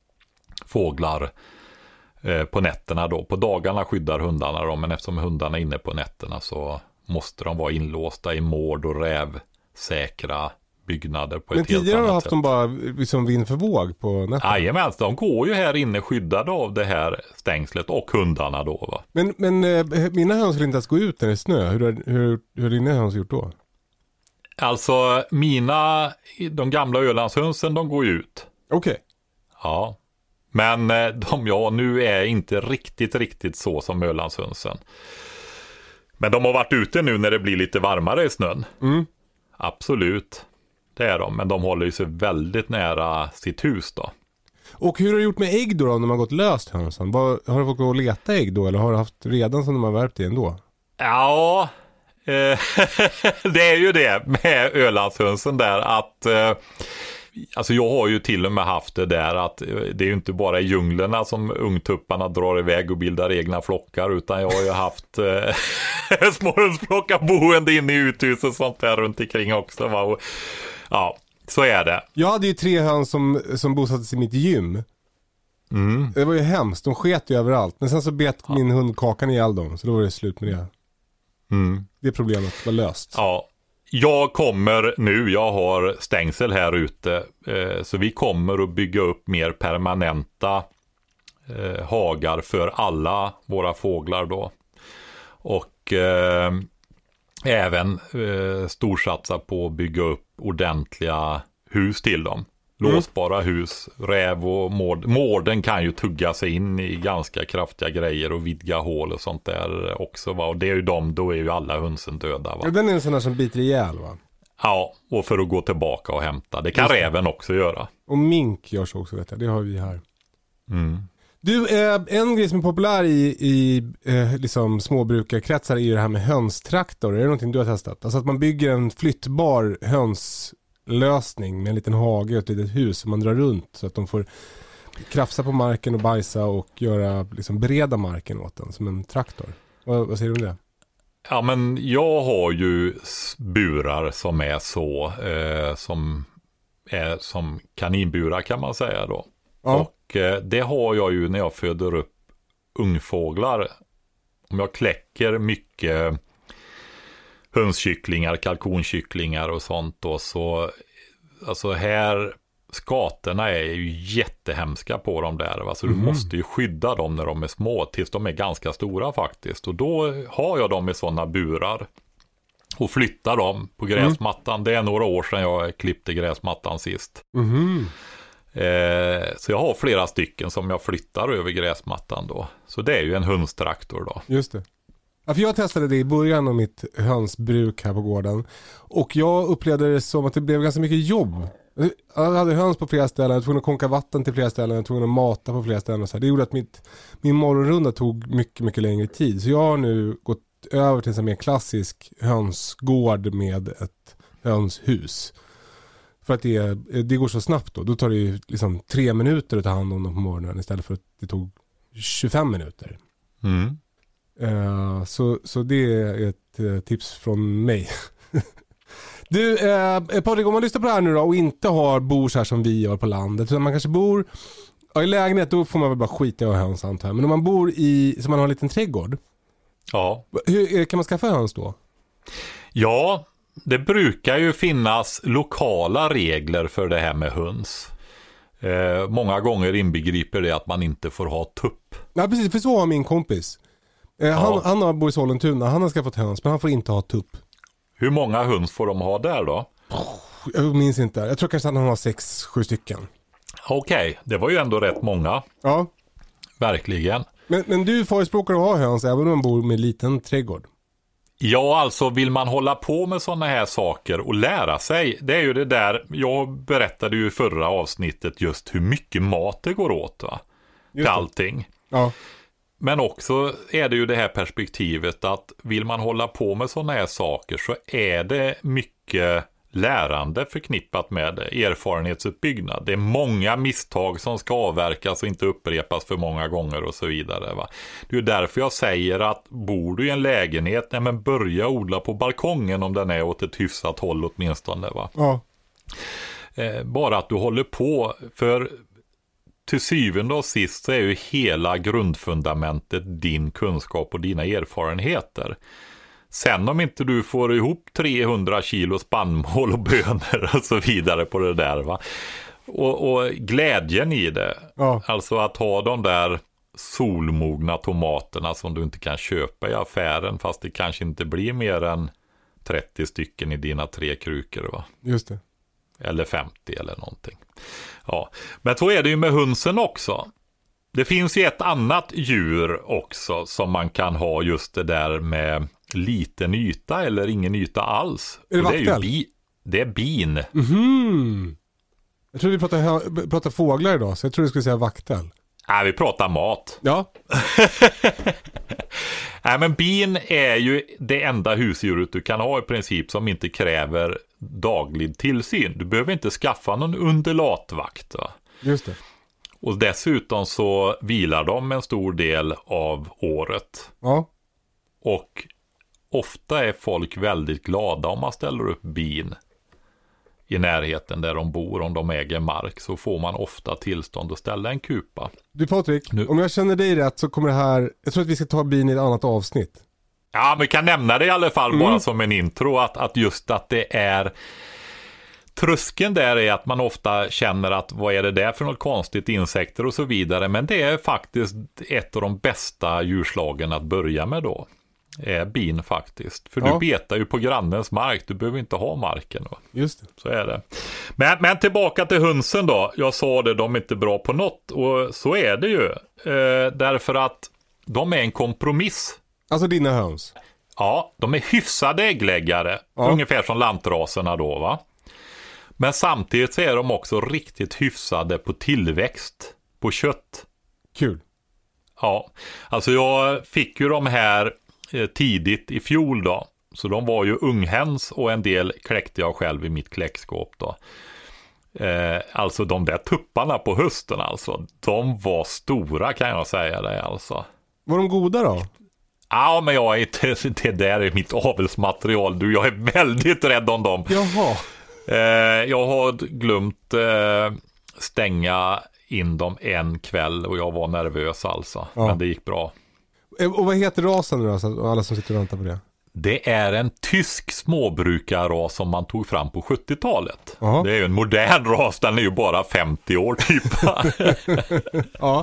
Speaker 4: fåglar eh, på nätterna då. På dagarna skyddar hundarna dem, men eftersom hundarna är inne på nätterna så måste de vara inlåsta i mård- och rävsäkra byggnader på
Speaker 3: men
Speaker 4: ett helt annat sätt. Men
Speaker 3: tidigare har haft dem bara liksom vind för våg på nätterna?
Speaker 4: Jajamän, de går ju här inne skyddade av det här stängslet och hundarna då va.
Speaker 3: Men, men eh, mina höns vill inte ens gå ut när det är snö. Hur har hur, hur dina höns gjort då?
Speaker 4: Alltså mina, de gamla Ölandshönsen, de går ju ut.
Speaker 3: Okej. Okay.
Speaker 4: Ja, men de jag nu är inte riktigt, riktigt så som Ölandshönsen. Men de har varit ute nu när det blir lite varmare i snön.
Speaker 3: Mm.
Speaker 4: Absolut, det är de. Men de håller ju sig väldigt nära sitt hus då.
Speaker 3: Och hur har du gjort med ägg då, då när man gått löst hönsen? Var, har du fått gå och leta ägg då? Eller har du haft redan som de har värpt i ändå?
Speaker 4: Ja, eh, det är ju det med Ölandshönsen där att... Eh, Alltså jag har ju till och med haft det där att det är ju inte bara i djunglerna som ungtupparna drar iväg och bildar egna flockar, utan jag har ju haft eh, små hönsflockar boende inne i uthuset och sånt där runt omkring också. Va? Och, ja, så är det.
Speaker 3: Jag hade ju tre höns som, som bosattes i mitt gym.
Speaker 4: Mm.
Speaker 3: Det var ju hemskt, de sket ju överallt. Men sen så bet ja. min hund Kakan ihjäl dem, så då var det slut med det.
Speaker 4: Mm.
Speaker 3: Det problemet var löst.
Speaker 4: Ja. Jag kommer nu, jag har stängsel här ute, eh, så vi kommer att bygga upp mer permanenta eh, hagar för alla våra fåglar då. Och eh, även eh, storsatsa på att bygga upp ordentliga hus till dem. Låsbara mm. hus, räv och mård. Mården kan ju tugga sig in i ganska kraftiga grejer och vidga hål och sånt där också va. Och det är ju de, då är ju alla hönsen döda va.
Speaker 3: Ja, den är en sån där som biter ihjäl va?
Speaker 4: Ja, och för att gå tillbaka och hämta. Det kan Just räven också göra.
Speaker 3: Och mink görs också detta, det har vi här.
Speaker 4: Mm.
Speaker 3: Du, eh, en grej som är populär i, i eh, liksom småbrukarkretsar är ju det här med hönstraktor. Är det någonting du har testat? Alltså att man bygger en flyttbar höns lösning med en liten hage och ett litet hus som man drar runt så att de får krafsa på marken och bajsa och göra, liksom bereda marken åt den som en traktor. Vad, vad säger du om det?
Speaker 4: Ja, men jag har ju burar som är så eh, som är som kaninburar kan man säga då. Ja. Och eh, det har jag ju när jag föder upp ungfåglar. Om jag kläcker mycket hönskycklingar, kalkonkycklingar och sånt då, så alltså här skatorna är ju jättehemska på dem där va? Så mm. du måste ju skydda dem när de är små tills de är ganska stora faktiskt, och då har jag dem i sådana burar och flyttar dem på gräsmattan. Mm. Det är några år sedan jag klippte gräsmattan sist.
Speaker 3: Mm.
Speaker 4: eh, så jag har flera stycken som jag flyttar över gräsmattan då, så det är ju en hönstraktor då.
Speaker 3: Just det. Ja, för jag testade det i början av mitt hönsbruk här på gården. Och jag upplevde det som att det blev ganska mycket jobb. Jag hade höns på flera ställen, jag var tvungen att konka vatten till flera ställen, jag var tvungen att mata på flera ställen och så här. Det gjorde att mitt, min morgonrunda tog mycket, mycket längre tid. Så jag har nu gått över till en mer klassisk hönsgård med ett hönshus. För att det, det går så snabbt då. Då tar det ju liksom tre minuter att ta hand om dem på morgonen istället för att det tog tjugofem minuter.
Speaker 4: Mm.
Speaker 3: Uh, så, så det är ett uh, tips från mig. Du, uh, Patrik, om man lyssnar på det här nu då och inte har bor så här som vi gör på landet, utan man kanske bor ja, i lägenhet, då får man väl bara skita i att ha höns antar jag. Men om man bor i, så man har en liten trädgård.
Speaker 4: Ja.
Speaker 3: Hur kan man skaffa höns då?
Speaker 4: Ja, det brukar ju finnas lokala regler för det här med höns. Eh, många gånger inbegriper det att man inte får ha tupp.
Speaker 3: Ja, precis, för så har min kompis. Eh, han,
Speaker 4: ja.
Speaker 3: han har bor i Sollentuna, han har skaffat höns, men han får inte ha tupp.
Speaker 4: Hur många höns får de ha där då?
Speaker 3: Jag minns inte, jag tror kanske att han har sex, sju stycken.
Speaker 4: Okej, okay. Det var ju ändå rätt många.
Speaker 3: Ja.
Speaker 4: Verkligen.
Speaker 3: Men, men du förespråkar att ha höns även om man bor med en liten trädgård?
Speaker 4: Ja, alltså vill man hålla på med sådana här saker och lära sig, det är ju det där, jag berättade ju i förra avsnittet just hur mycket mat det går åt va? Till allting.
Speaker 3: Ja.
Speaker 4: Men också är det ju det här perspektivet att vill man hålla på med sådana här saker så är det mycket lärande förknippat med det, erfarenhetsuppbyggnad. Det är många misstag som ska avverkas och inte upprepas för många gånger och så vidare. Va? Det är därför jag säger att bor du i en lägenhet, nej men börja odla på balkongen om den är åt ett hyfsat håll åtminstone. Va?
Speaker 3: Ja.
Speaker 4: Eh, bara att du håller på, för till syvende och sist så är ju hela grundfundamentet din kunskap och dina erfarenheter. Sen om inte du får ihop trehundra kilo spannmål och bönor och så vidare på det där, va. Och, och glädjen i det,
Speaker 3: ja.
Speaker 4: Alltså att ha de där solmogna tomaterna som du inte kan köpa i affären, fast det kanske inte blir mer än trettio stycken i dina tre krukor, va.
Speaker 3: Just det.
Speaker 4: Eller femtio eller någonting. Ja, men så är det ju med hönsen också. Det finns ju ett annat djur också som man kan ha just det där med liten yta eller ingen yta alls.
Speaker 3: Är det
Speaker 4: och det är
Speaker 3: vaktel?
Speaker 4: ju bi, det är bin.
Speaker 3: Mhm. Jag tror vi pratar, pratar fåglar idag, så jag tror du skulle säga vaktel.
Speaker 4: Nej, vi pratar mat.
Speaker 3: Ja.
Speaker 4: Nej, men bin är ju det enda husdjuret du kan ha i princip som inte kräver daglig tillsyn. Du behöver inte skaffa någon undulatvakt, va?
Speaker 3: Just det.
Speaker 4: Och dessutom så vilar de en stor del av året.
Speaker 3: Ja.
Speaker 4: Och ofta är folk väldigt glada om man ställer upp bin i närheten där de bor. Om de äger mark så får man ofta tillstånd att ställa en kupa.
Speaker 3: Du Patrik,
Speaker 4: Nu.
Speaker 3: om jag känner dig rätt så kommer det här, jag tror att vi ska ta bin i ett annat avsnitt.
Speaker 4: Ja, men vi kan nämna det i alla fall
Speaker 3: Mm.
Speaker 4: bara som en intro att, att just att det är tröskeln där är att man ofta känner att vad är det där för något konstigt, insekter och så vidare, men det är faktiskt ett av de bästa djurslagen att börja med då. Är bin faktiskt. För
Speaker 3: Ja.
Speaker 4: du betar ju på grannens mark, du behöver inte ha marken då.
Speaker 3: Just det.
Speaker 4: Så är det. Men, men tillbaka till hönsen då. Jag sa det, de är inte bra på något. Och så är det ju. Eh, därför att de är en kompromiss.
Speaker 3: Alltså dina höns.
Speaker 4: Ja, de är hyfsade äggläggare.
Speaker 3: Ja.
Speaker 4: Ungefär som lantraserna då, va? Men samtidigt så är de också riktigt hyfsade på tillväxt. På kött.
Speaker 3: Kul.
Speaker 4: Ja, alltså jag fick ju de här eh, tidigt i fjol då. Så de var ju unghens och en del kläckte jag själv i mitt kläckskåp då. Eh, alltså de där tupparna på hösten alltså. De var stora kan jag säga det alltså.
Speaker 3: Var de goda då?
Speaker 4: Ja, men jag är inte, det där är mitt avelsmaterial. Du, jag är väldigt rädd om dem.
Speaker 3: Jaha.
Speaker 4: Eh, jag har glömt eh, stänga in dem en kväll och jag var nervös alltså.
Speaker 3: Ja.
Speaker 4: Men det gick bra.
Speaker 3: Och vad heter rasen nu då? Så alla som sitter och väntar på det.
Speaker 4: Det är en tysk småbrukarras som man tog fram på sjuttiotalet.
Speaker 3: Aha.
Speaker 4: Det är ju en modern ras, den är ju bara femtio år typ.
Speaker 3: Ja.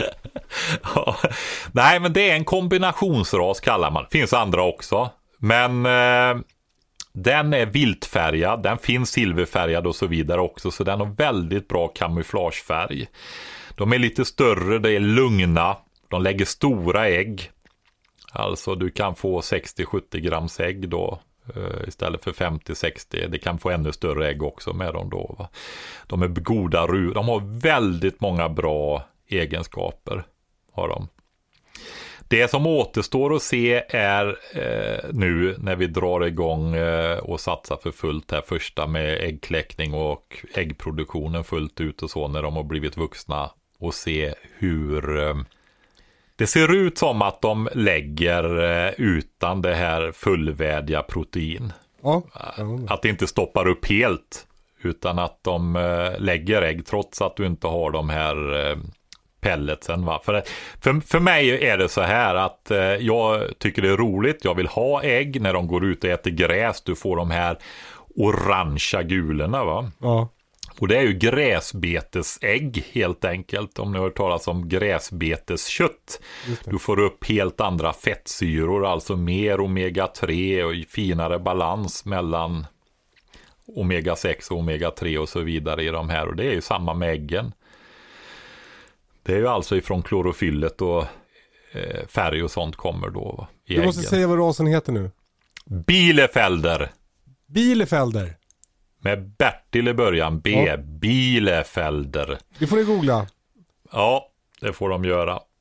Speaker 4: Ja. Nej, men det är en kombinationsras kallar man. Finns andra också. Men eh, den är viltfärgad, den finns silverfärgad och så vidare också. Så den har väldigt bra kamouflagefärg. De är lite större, det är lugna. De lägger stora ägg. Alltså du kan få sextio till sjuttio grams ägg då uh, istället för femtio till sextio. Det kan få ännu större ägg också med dem då. Va? De är goda ru. De har väldigt många bra egenskaper. Har de. Det som återstår att se är eh, nu när vi drar igång eh, och satsar för fullt här första med äggkläckning och äggproduktionen fullt ut och så när de har blivit vuxna och se hur eh, det ser ut som att de lägger eh, utan det här fullvärdiga protein.
Speaker 3: Ja.
Speaker 4: Att det inte stoppar upp helt utan att de eh, lägger ägg trots att du inte har de här eh, pelletsen. Va? För, för, för mig är det så här att eh, jag tycker det är roligt. Jag vill ha ägg när de går ut och äter gräs. Du får de här orangea gulorna, va?
Speaker 3: Ja.
Speaker 4: Och det är ju gräsbetesägg helt enkelt. Om ni har hört talas om gräsbeteskött. Du får upp helt andra fettsyror. Alltså mer omega tre och finare balans mellan omega sex och omega tre och så vidare i de här. Och det är ju samma med äggen. Det är ju alltså ifrån klorofyllet och eh, färg och sånt kommer då i
Speaker 3: Du måste
Speaker 4: äggen.
Speaker 3: säga vad rasen heter nu.
Speaker 4: Bielefelder.
Speaker 3: Bielefelder.
Speaker 4: Med Bertil i början. B.
Speaker 3: Ja.
Speaker 4: Bielefelder.
Speaker 3: Det får ni googla.
Speaker 4: Ja, det får de göra.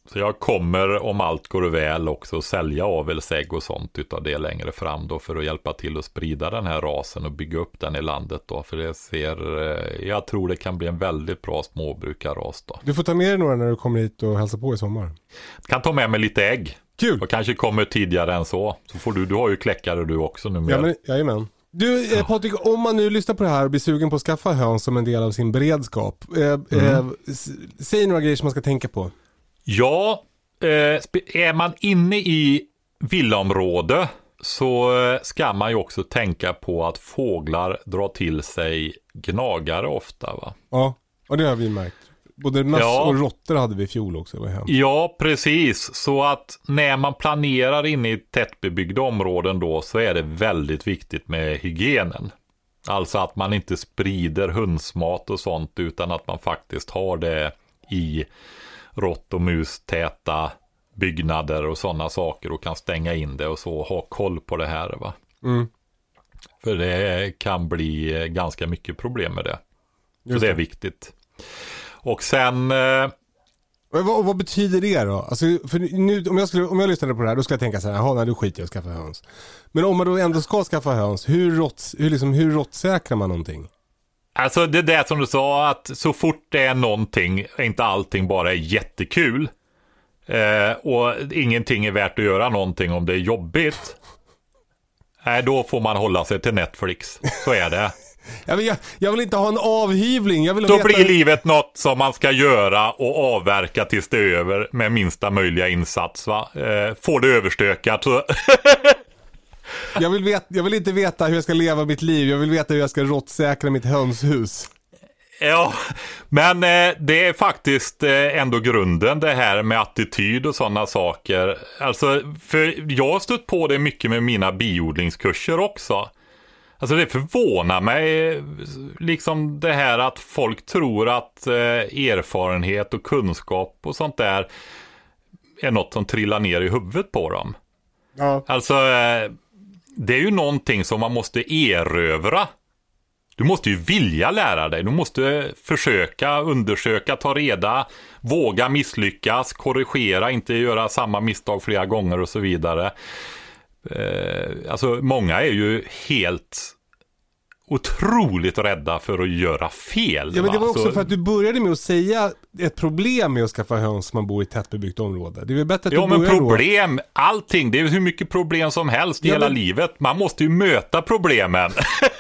Speaker 4: Så jag kommer, om allt går väl, också sälja avelsägg och sånt utav det längre fram då, för att hjälpa till att sprida den här rasen och bygga upp den i landet då. För det ser, jag tror det kan bli en väldigt bra småbrukarras då.
Speaker 3: Du får ta med dig några när du kommer hit och hälsa på i sommar.
Speaker 4: Kan ta med mig lite ägg.
Speaker 3: Kul!
Speaker 4: Och kanske kommer tidigare än så. Så får du, du har ju kläckare du också nu med.
Speaker 3: Ja, men, jajamän. Du eh, Patrik, om man nu lyssnar på det här och blir sugen på att skaffa höns som en del av sin beredskap. Eh, mm. eh, s- säg några grejer som man ska tänka på.
Speaker 4: Ja, eh, är man inne i villaområde så ska man ju också tänka på att fåglar drar till sig gnagare ofta, va?
Speaker 3: Ja, och det har vi märkt. Både möss
Speaker 4: ja.
Speaker 3: och råttor hade vi i fjol också. Det var hemskt.
Speaker 4: Ja, precis. Så att när man planerar inne i tättbebyggda områden då, så är det väldigt viktigt med hygienen. Alltså att man inte sprider hönsmat och sånt, utan att man faktiskt har det i rått- och mustäta byggnader och sådana saker och kan stänga in det och så ha koll på det här, va? Mm. För det kan bli ganska mycket problem med det. Så det är viktigt. Och sen... Eh...
Speaker 3: Vad, vad betyder det då? Alltså, för nu, om, jag skulle, om jag lyssnade på det här, då skulle jag tänka så här: jaha, nej, du skiter jag att skaffa höns. Men om man då ändå ska skaffa höns, hur, rått, hur, liksom, hur råttsäkrar man någonting?
Speaker 4: Alltså det är det som du sa, att så fort det är någonting, inte allting bara är jättekul. Eh, och ingenting är värt att göra någonting om det är jobbigt. Nej, då får man hålla sig till Netflix. Så är det.
Speaker 3: Jag vill, jag, jag vill inte ha en avhyvling. Jag vill
Speaker 4: Då
Speaker 3: veta...
Speaker 4: blir livet något som man ska göra och avverka tills det är över med minsta möjliga insats, va? Eh, får det överstökat så...
Speaker 3: jag, vill veta, jag vill inte veta hur jag ska leva mitt liv. Jag vill veta hur jag ska råttsäkra mitt hönshus.
Speaker 4: Ja, men eh, det är faktiskt eh, ändå grunden, det här med attityd och sådana saker. Alltså, för jag har stött på det mycket med mina biodlingskurser också. Alltså det förvånar mig liksom det här att folk tror att eh, erfarenhet och kunskap och sånt där är något som trillar ner i huvudet på dem. Ja. Alltså eh, det är ju någonting som man måste erövra. Du måste ju vilja lära dig. Du måste försöka, undersöka, ta reda, våga misslyckas, korrigera, inte göra samma misstag flera gånger och så vidare. Eh, alltså många är ju helt otroligt rädda för att göra fel.
Speaker 3: Ja, men det var
Speaker 4: va?
Speaker 3: också
Speaker 4: Så...
Speaker 3: för att du började med att säga ett problem med att skaffa höns man bor i ett tättbebyggt område. Det är väl bättre att
Speaker 4: ja,
Speaker 3: du
Speaker 4: men
Speaker 3: börjar
Speaker 4: problem,
Speaker 3: då.
Speaker 4: allting, det är hur mycket problem som helst i
Speaker 3: ja,
Speaker 4: hela
Speaker 3: men...
Speaker 4: livet. Man måste ju möta problemen.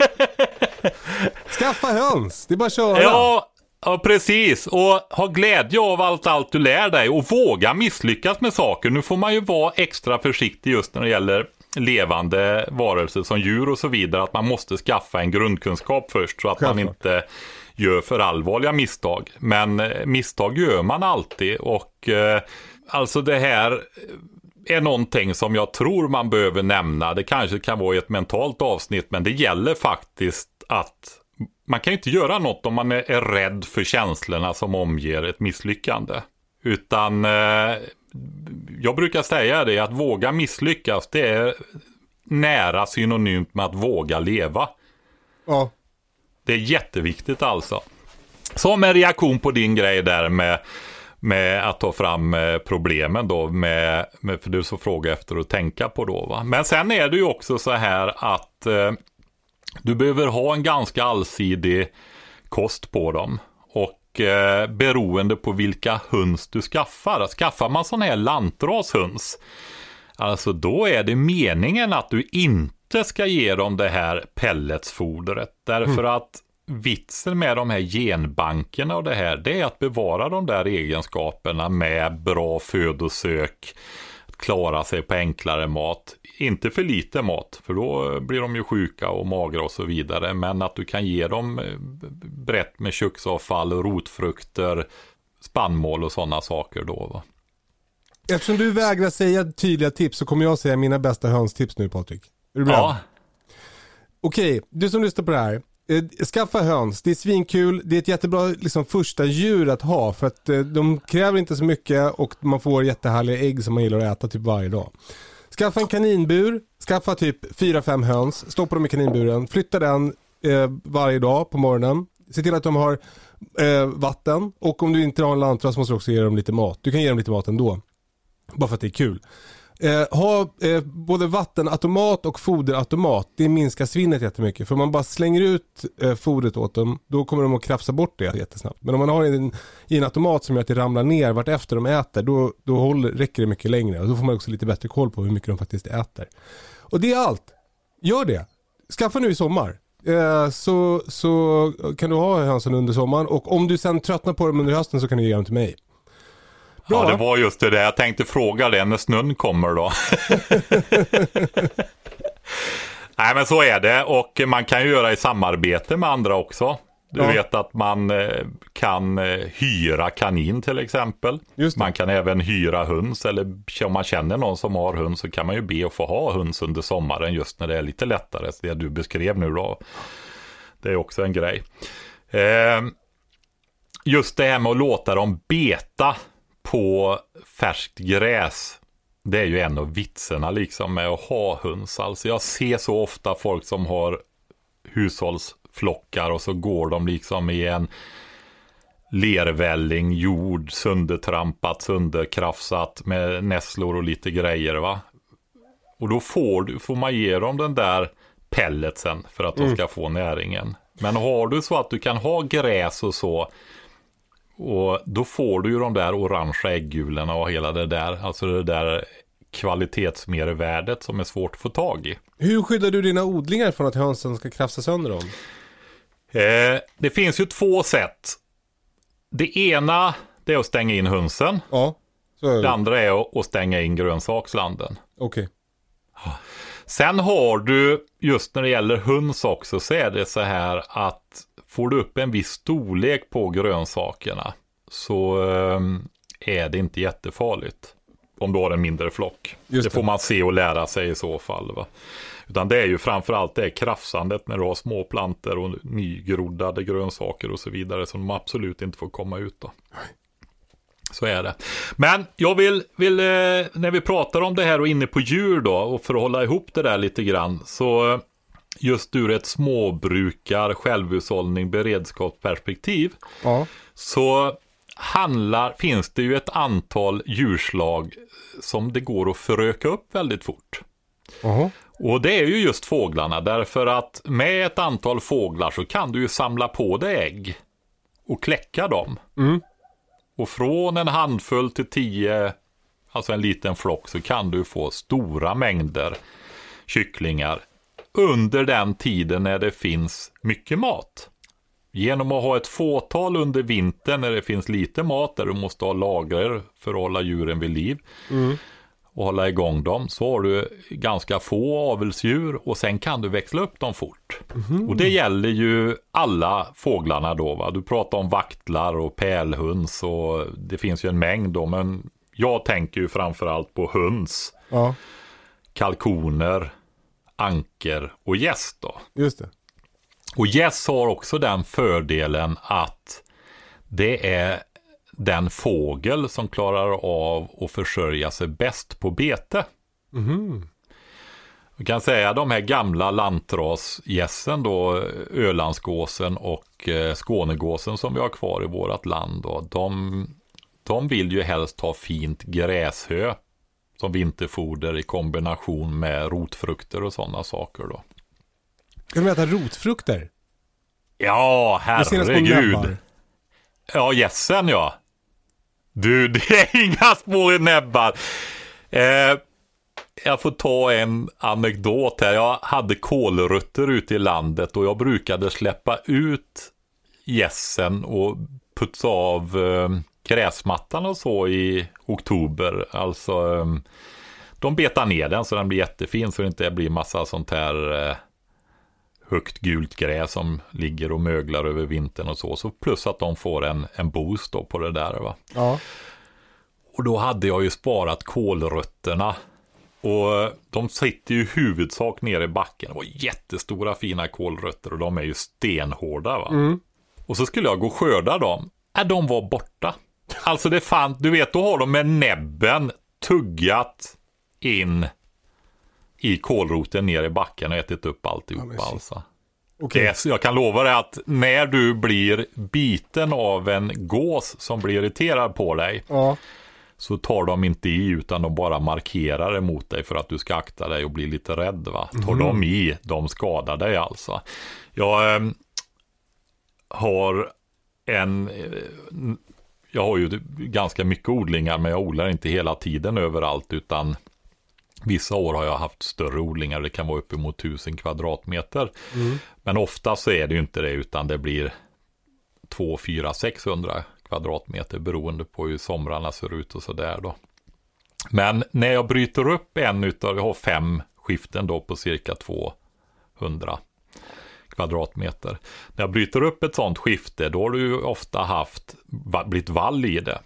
Speaker 3: Skaffa höns, det är bara att köra.
Speaker 4: Ja, ja, precis. Och ha glädje av allt, allt du lär dig och våga misslyckas med saker. Nu får man ju vara extra försiktig just när det gäller levande varelser som djur och så vidare, att man måste skaffa en grundkunskap först så att Självklart. man inte gör för allvarliga misstag. Men misstag gör man alltid och eh, alltså det här är någonting som jag tror man behöver nämna. Det kanske kan vara i ett mentalt avsnitt, men det gäller faktiskt att man kan ju inte göra något om man är rädd för känslorna som omger ett misslyckande. Utan eh, jag brukar säga det, att våga misslyckas, det är nära synonymt med att våga leva. Ja. Det är jätteviktigt alltså. Som en reaktion på din grej där med, med att ta fram problemen då, med, med, för du så fråga efter att tänka på då, va? Men sen är det ju också så här att eh, du behöver ha en ganska allsidig kost på dem. Och eh, beroende på vilka höns du skaffar. Skaffar man sån här lantrashöns, alltså då är det meningen att du inte ska ge dem det här pelletsfodret. Därför mm. att vitsen med de här genbankerna och det här, det är att bevara de där egenskaperna med bra födosök, klara sig på enklare mat. Inte för lite mat, för då blir de ju sjuka och magra och så vidare. Men att du kan ge dem brett med köksavfall, rotfrukter, spannmål och sådana saker då, va?
Speaker 3: Eftersom du vägrar säga tydliga tips så kommer jag säga mina bästa hönstips nu, Patrik. Är du beredd?
Speaker 4: Ja.
Speaker 3: Okej, du som lyssnar på det här. Eh, skaffa höns, det är svinkul. Det är ett jättebra liksom, första djur att ha. För att eh, de kräver inte så mycket och man får jättehärliga ägg som man gillar att äta typ varje dag. Skaffa en kaninbur, skaffa typ fyra fem höns, stoppa dem i kaninburen, flytta den eh, varje dag på morgonen. Se till att de har eh, vatten, och om du inte har en lantras måste du också ge dem lite mat. Du kan ge dem lite mat ändå, bara för att det är kul. Eh, ha eh, både vattenautomat och foderautomat. Det minskar svinnet jättemycket. För om man bara slänger ut eh, fodret åt dem, då kommer de att krafsa bort det jättesnabbt. Men om man har en, i en automat som gör att det ramlar ner vart efter de äter, då, då håller, räcker det mycket längre. Och då får man också lite bättre koll på hur mycket de faktiskt äter. Och det är allt. Gör det. Skaffa nu i sommar. Eh, så, så kan du ha hönsen under sommaren. Och om du sen tröttnar på dem under hösten så kan du ge dem till mig. Bra,
Speaker 4: ja, det var just det där. Jag tänkte fråga det när snön kommer då. Nej, men så är det. Och man kan ju göra i samarbete med andra också. Du ja. vet att man kan hyra kanin till exempel. Man kan även hyra höns. Eller om man känner någon som har höns så kan man ju be att få ha höns under sommaren. Just när det är lite lättare. Så det du beskrev nu då. Det är också en grej. Just det här med att låta dem beta på färskt gräs, det är ju en av vitserna liksom med att ha höns. Alltså jag ser så ofta folk som har hushållsflockar och så går de liksom i en lervälling, jord, söndertrampat, sönderkrafsat med nässlor och lite grejer, va? Och då får, du, får man ge dem den där pelletsen för att mm. de ska få näringen. Men har du så att du kan ha gräs och så, och då får du ju de där orangea äggulorna och hela det där, alltså det där kvalitetsmervärdet som är svårt att få tag i.
Speaker 3: Hur skyddar du dina odlingar från att hönsen ska krafsa sönder dem?
Speaker 4: Eh, det finns ju två sätt. Det ena, det är att stänga in hönsen.
Speaker 3: Ja, så är det.
Speaker 4: Det andra är att stänga in grönsakslanden.
Speaker 3: Okej.
Speaker 4: Okay. Sen har du, just när det gäller höns också, så är det så här att får du upp en viss storlek på grönsakerna så eh, är det inte jättefarligt om du har en mindre flock. Det. det får man se och lära sig i så fall, va? Utan det är ju framförallt det krafsandet när du har små planter och nygroddade grönsaker och så vidare som de absolut inte får komma ut då. Så är det. Men jag vill, vill eh, när vi pratar om det här och inne på djur då, och för att hålla ihop det där lite grann, så just ur ett småbrukar, självhushållning, beredskapsperspektiv
Speaker 3: ja.
Speaker 4: så handlar, finns det ju ett antal djurslag som det går att föröka upp väldigt fort.
Speaker 3: Uh-huh.
Speaker 4: Och det är ju just fåglarna, därför att med ett antal fåglar så kan du ju samla på dig ägg och kläcka dem.
Speaker 3: Mm.
Speaker 4: Och från en handfull till tio, alltså en liten flock, så kan du få stora mängder kycklingar under den tiden när det finns mycket mat. Genom att ha ett fåtal under vintern när det finns lite mat, där du måste ha lager för att hålla djuren vid liv
Speaker 3: mm.
Speaker 4: och hålla igång dem, så har du ganska få avelsdjur och sen kan du växla upp dem fort. Mm. Och det gäller ju alla fåglarna då, va? Du pratar om vaktlar och pärlhöns och det finns ju en mängd då, men jag tänker ju framförallt på höns,
Speaker 3: ja.
Speaker 4: kalkoner, anker och gäss då.
Speaker 3: Just det.
Speaker 4: Och gäss har också den fördelen att det är den fågel som klarar av att försörja sig bäst på bete.
Speaker 3: Mm.
Speaker 4: Jag kan säga de här gamla lantrasgässen då, ölandsgåsen och eh, skånegåsen som vi har kvar i vårat land då, de, de vill ju helst ha fint gräshö som vinterfoder i kombination med rotfrukter och sådana saker då.
Speaker 3: Kan du äta rotfrukter?
Speaker 4: Ja, herregud. Ja, gässen ja. Du, det är inga små näbbar. Eh, jag får ta en anekdot här. Jag hade kålrötter ute i landet och jag brukade släppa ut gässen och putsa av eh, gräsmattan och så i oktober. Alltså, eh, de betar ner den så den blir jättefin så det inte blir massa sånt här... Eh, högt gult gräs som ligger och möglar över vintern och så. Så plus att de får en, en boost då på det där, va?
Speaker 3: Ja.
Speaker 4: Och då hade jag ju sparat kålrötterna. Och de sitter ju i huvudsak nere i backen. Det var jättestora fina kålrötter och de är ju stenhårda, va?
Speaker 3: Mm.
Speaker 4: Och så skulle jag gå och skörda dem. Äh, de var borta. Alltså det fanns, du vet, då har de med näbben tuggat in i kålroten ner i backen och ätit upp alltihop, ja, alltså.
Speaker 3: Okay.
Speaker 4: Det, jag kan lova dig att när du blir biten av en gås som blir irriterad på dig,
Speaker 3: ja. så
Speaker 4: tar de inte i utan de bara markerar emot dig för att du ska akta dig och bli lite rädd. Va? Tar mm. de i, de skadar dig alltså. Jag äh, har en... Äh, jag har ju ganska mycket odlingar, men jag odlar inte hela tiden överallt, utan vissa år har jag haft större odlingar. Det kan vara uppemot tusen kvadratmeter. Mm. Men ofta så är det ju inte det, utan det blir två, fyra, sexhundra kvadratmeter beroende på hur somrarna ser ut och sådär då. Men när jag bryter upp en utav, jag har fem skiften då på cirka tvåhundra kvadratmeter. När jag bryter upp ett sånt skifte, då har du ju ofta haft, blivit vall i det.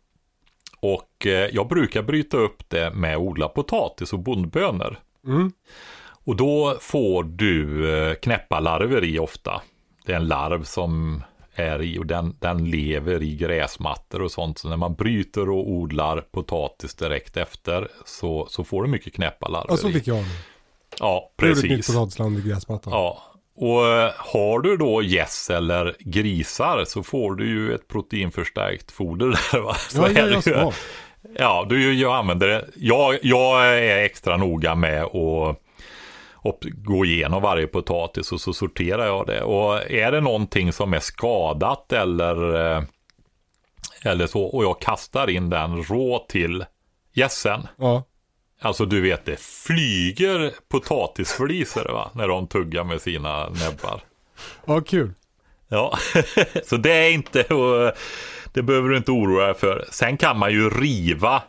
Speaker 4: Och eh, jag brukar bryta upp det med att odla potatis och bondbönor. Mm. Och då får du eh, knäppa larver i ofta. Det är en larv som är i och den, den lever i gräsmattor och sånt. Så när man bryter och odlar potatis direkt efter så, så får du mycket knäppa larver.
Speaker 3: Och så fick jag nu.
Speaker 4: Ja, precis.
Speaker 3: Det är ett nytt potatisland i gräsmattan.
Speaker 4: Ja. Och har du då gäss eller grisar så får du ju ett proteinförstärkt foder där, va? Så
Speaker 3: ja, ja,
Speaker 4: är det ju, ja, du jag använder det. Jag, jag är extra noga med att och gå igenom varje potatis och så sorterar jag det. Och är det någonting som är skadat eller, eller så och jag kastar in den rå till gässen.
Speaker 3: Ja.
Speaker 4: Alltså du vet, det flyger potatisfliser, va? När de tuggar med sina näbbar.
Speaker 3: Ja, kul.
Speaker 4: Ja, så det är inte, det behöver du inte oroa dig för. Sen kan man ju riva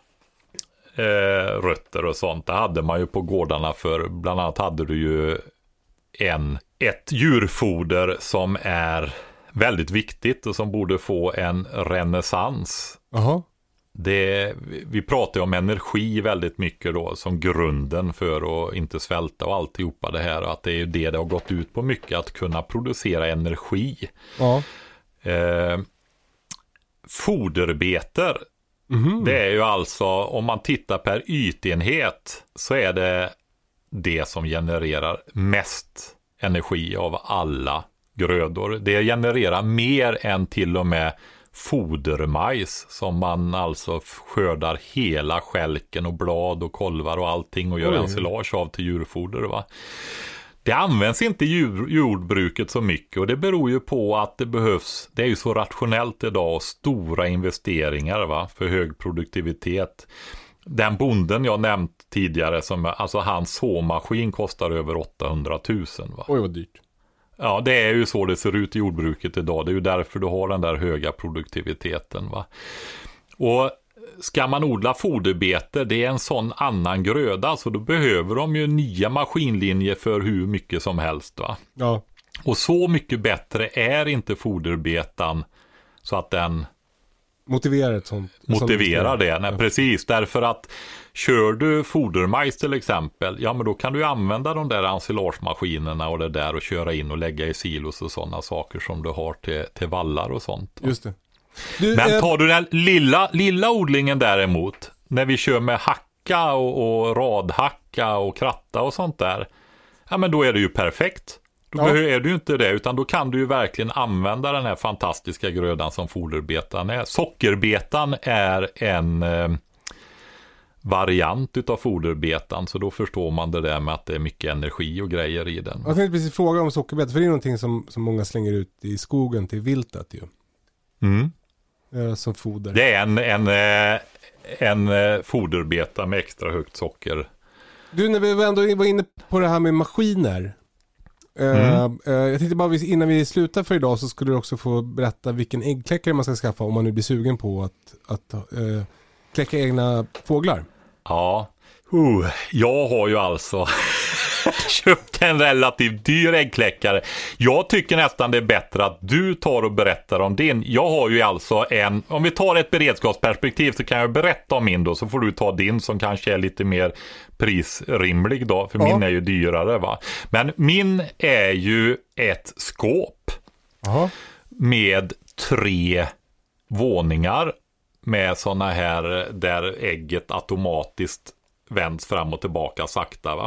Speaker 4: eh, rötter och sånt. Det hade man ju på gårdarna för. Bland annat hade du ju en, ett djurfoder som är väldigt viktigt och som borde få en renässans.
Speaker 3: Jaha.
Speaker 4: Det, vi pratar ju om energi väldigt mycket då som grunden för att inte svälta och alltihopa det här, att det är ju det det har gått ut på mycket, att kunna producera energi.
Speaker 3: Ja.
Speaker 4: Eh, foderbeter,
Speaker 3: mm-hmm.
Speaker 4: det är ju alltså, om man tittar per ytenhet så är det det som genererar mest energi av alla grödor. Det genererar mer än till och med fodermajs som man alltså skördar hela skälken och blad och kolvar och allting och gör ensilage av till djurfoder, va? Det används inte i djur, jordbruket så mycket och det beror ju på att det behövs, det är ju så rationellt idag och stora investeringar, va, för hög produktivitet. Den bonden jag nämnt tidigare, som, alltså hans såmaskin kostar över åttahundratusen, va?
Speaker 3: Oj, vad dyrt.
Speaker 4: Ja, det är ju så det ser ut i jordbruket idag. Det är ju därför du har den där höga produktiviteten, va. Och ska man odla foderbeter, det är en sån annan gröda, så då behöver de ju nya maskinlinjer för hur mycket som helst, va.
Speaker 3: Ja.
Speaker 4: Och så mycket bättre är inte foderbetan så att den
Speaker 3: motiverar ett sånt.
Speaker 4: Motiverar det, nej,
Speaker 3: ja.
Speaker 4: Precis, därför att kör du fodermajs till exempel, ja men då kan du använda de där ensilagemaskinerna och det där och köra in och lägga i silos och sådana saker som du har till, till vallar och sånt. Va?
Speaker 3: Just det. Du,
Speaker 4: men tar du den lilla, lilla odlingen däremot, när vi kör med hacka och, och radhacka och kratta och sånt där, ja men då är det ju perfekt. Då ja. Behöver du inte det, utan då kan du ju verkligen använda den här fantastiska grödan som foderbetan är. Sockerbetan är en eh, variant utav foderbetan, så då förstår man det där med att det är mycket energi och grejer i den.
Speaker 3: Jag tänkte precis fråga om sockerbetan, för det är någonting som, som många slänger ut i skogen till viltet ju.
Speaker 4: Mm.
Speaker 3: Eh, som foder.
Speaker 4: Det är en, en, en, en foderbeta med extra högt socker.
Speaker 3: Du, när vi ändå var inne på det här med maskiner. Mm. Uh, uh, jag tänkte bara innan vi slutar för idag så skulle du också få berätta vilken äggkläckare man ska skaffa om man nu blir sugen på att, att uh, kläcka egna fåglar.
Speaker 4: Ja, uh, jag har ju alltså köpt en relativt dyr äggkläckare. Jag tycker nästan det är bättre att du tar och berättar om din. Jag har ju alltså en, om vi tar ett beredskapsperspektiv så kan jag berätta om min då, så får du ta din som kanske är lite mer prisrimlig då, för ja. Min är ju dyrare, va. Men min är ju ett skåp.
Speaker 3: Aha.
Speaker 4: Med tre våningar med såna här där ägget automatiskt vänds fram och tillbaka sakta, va.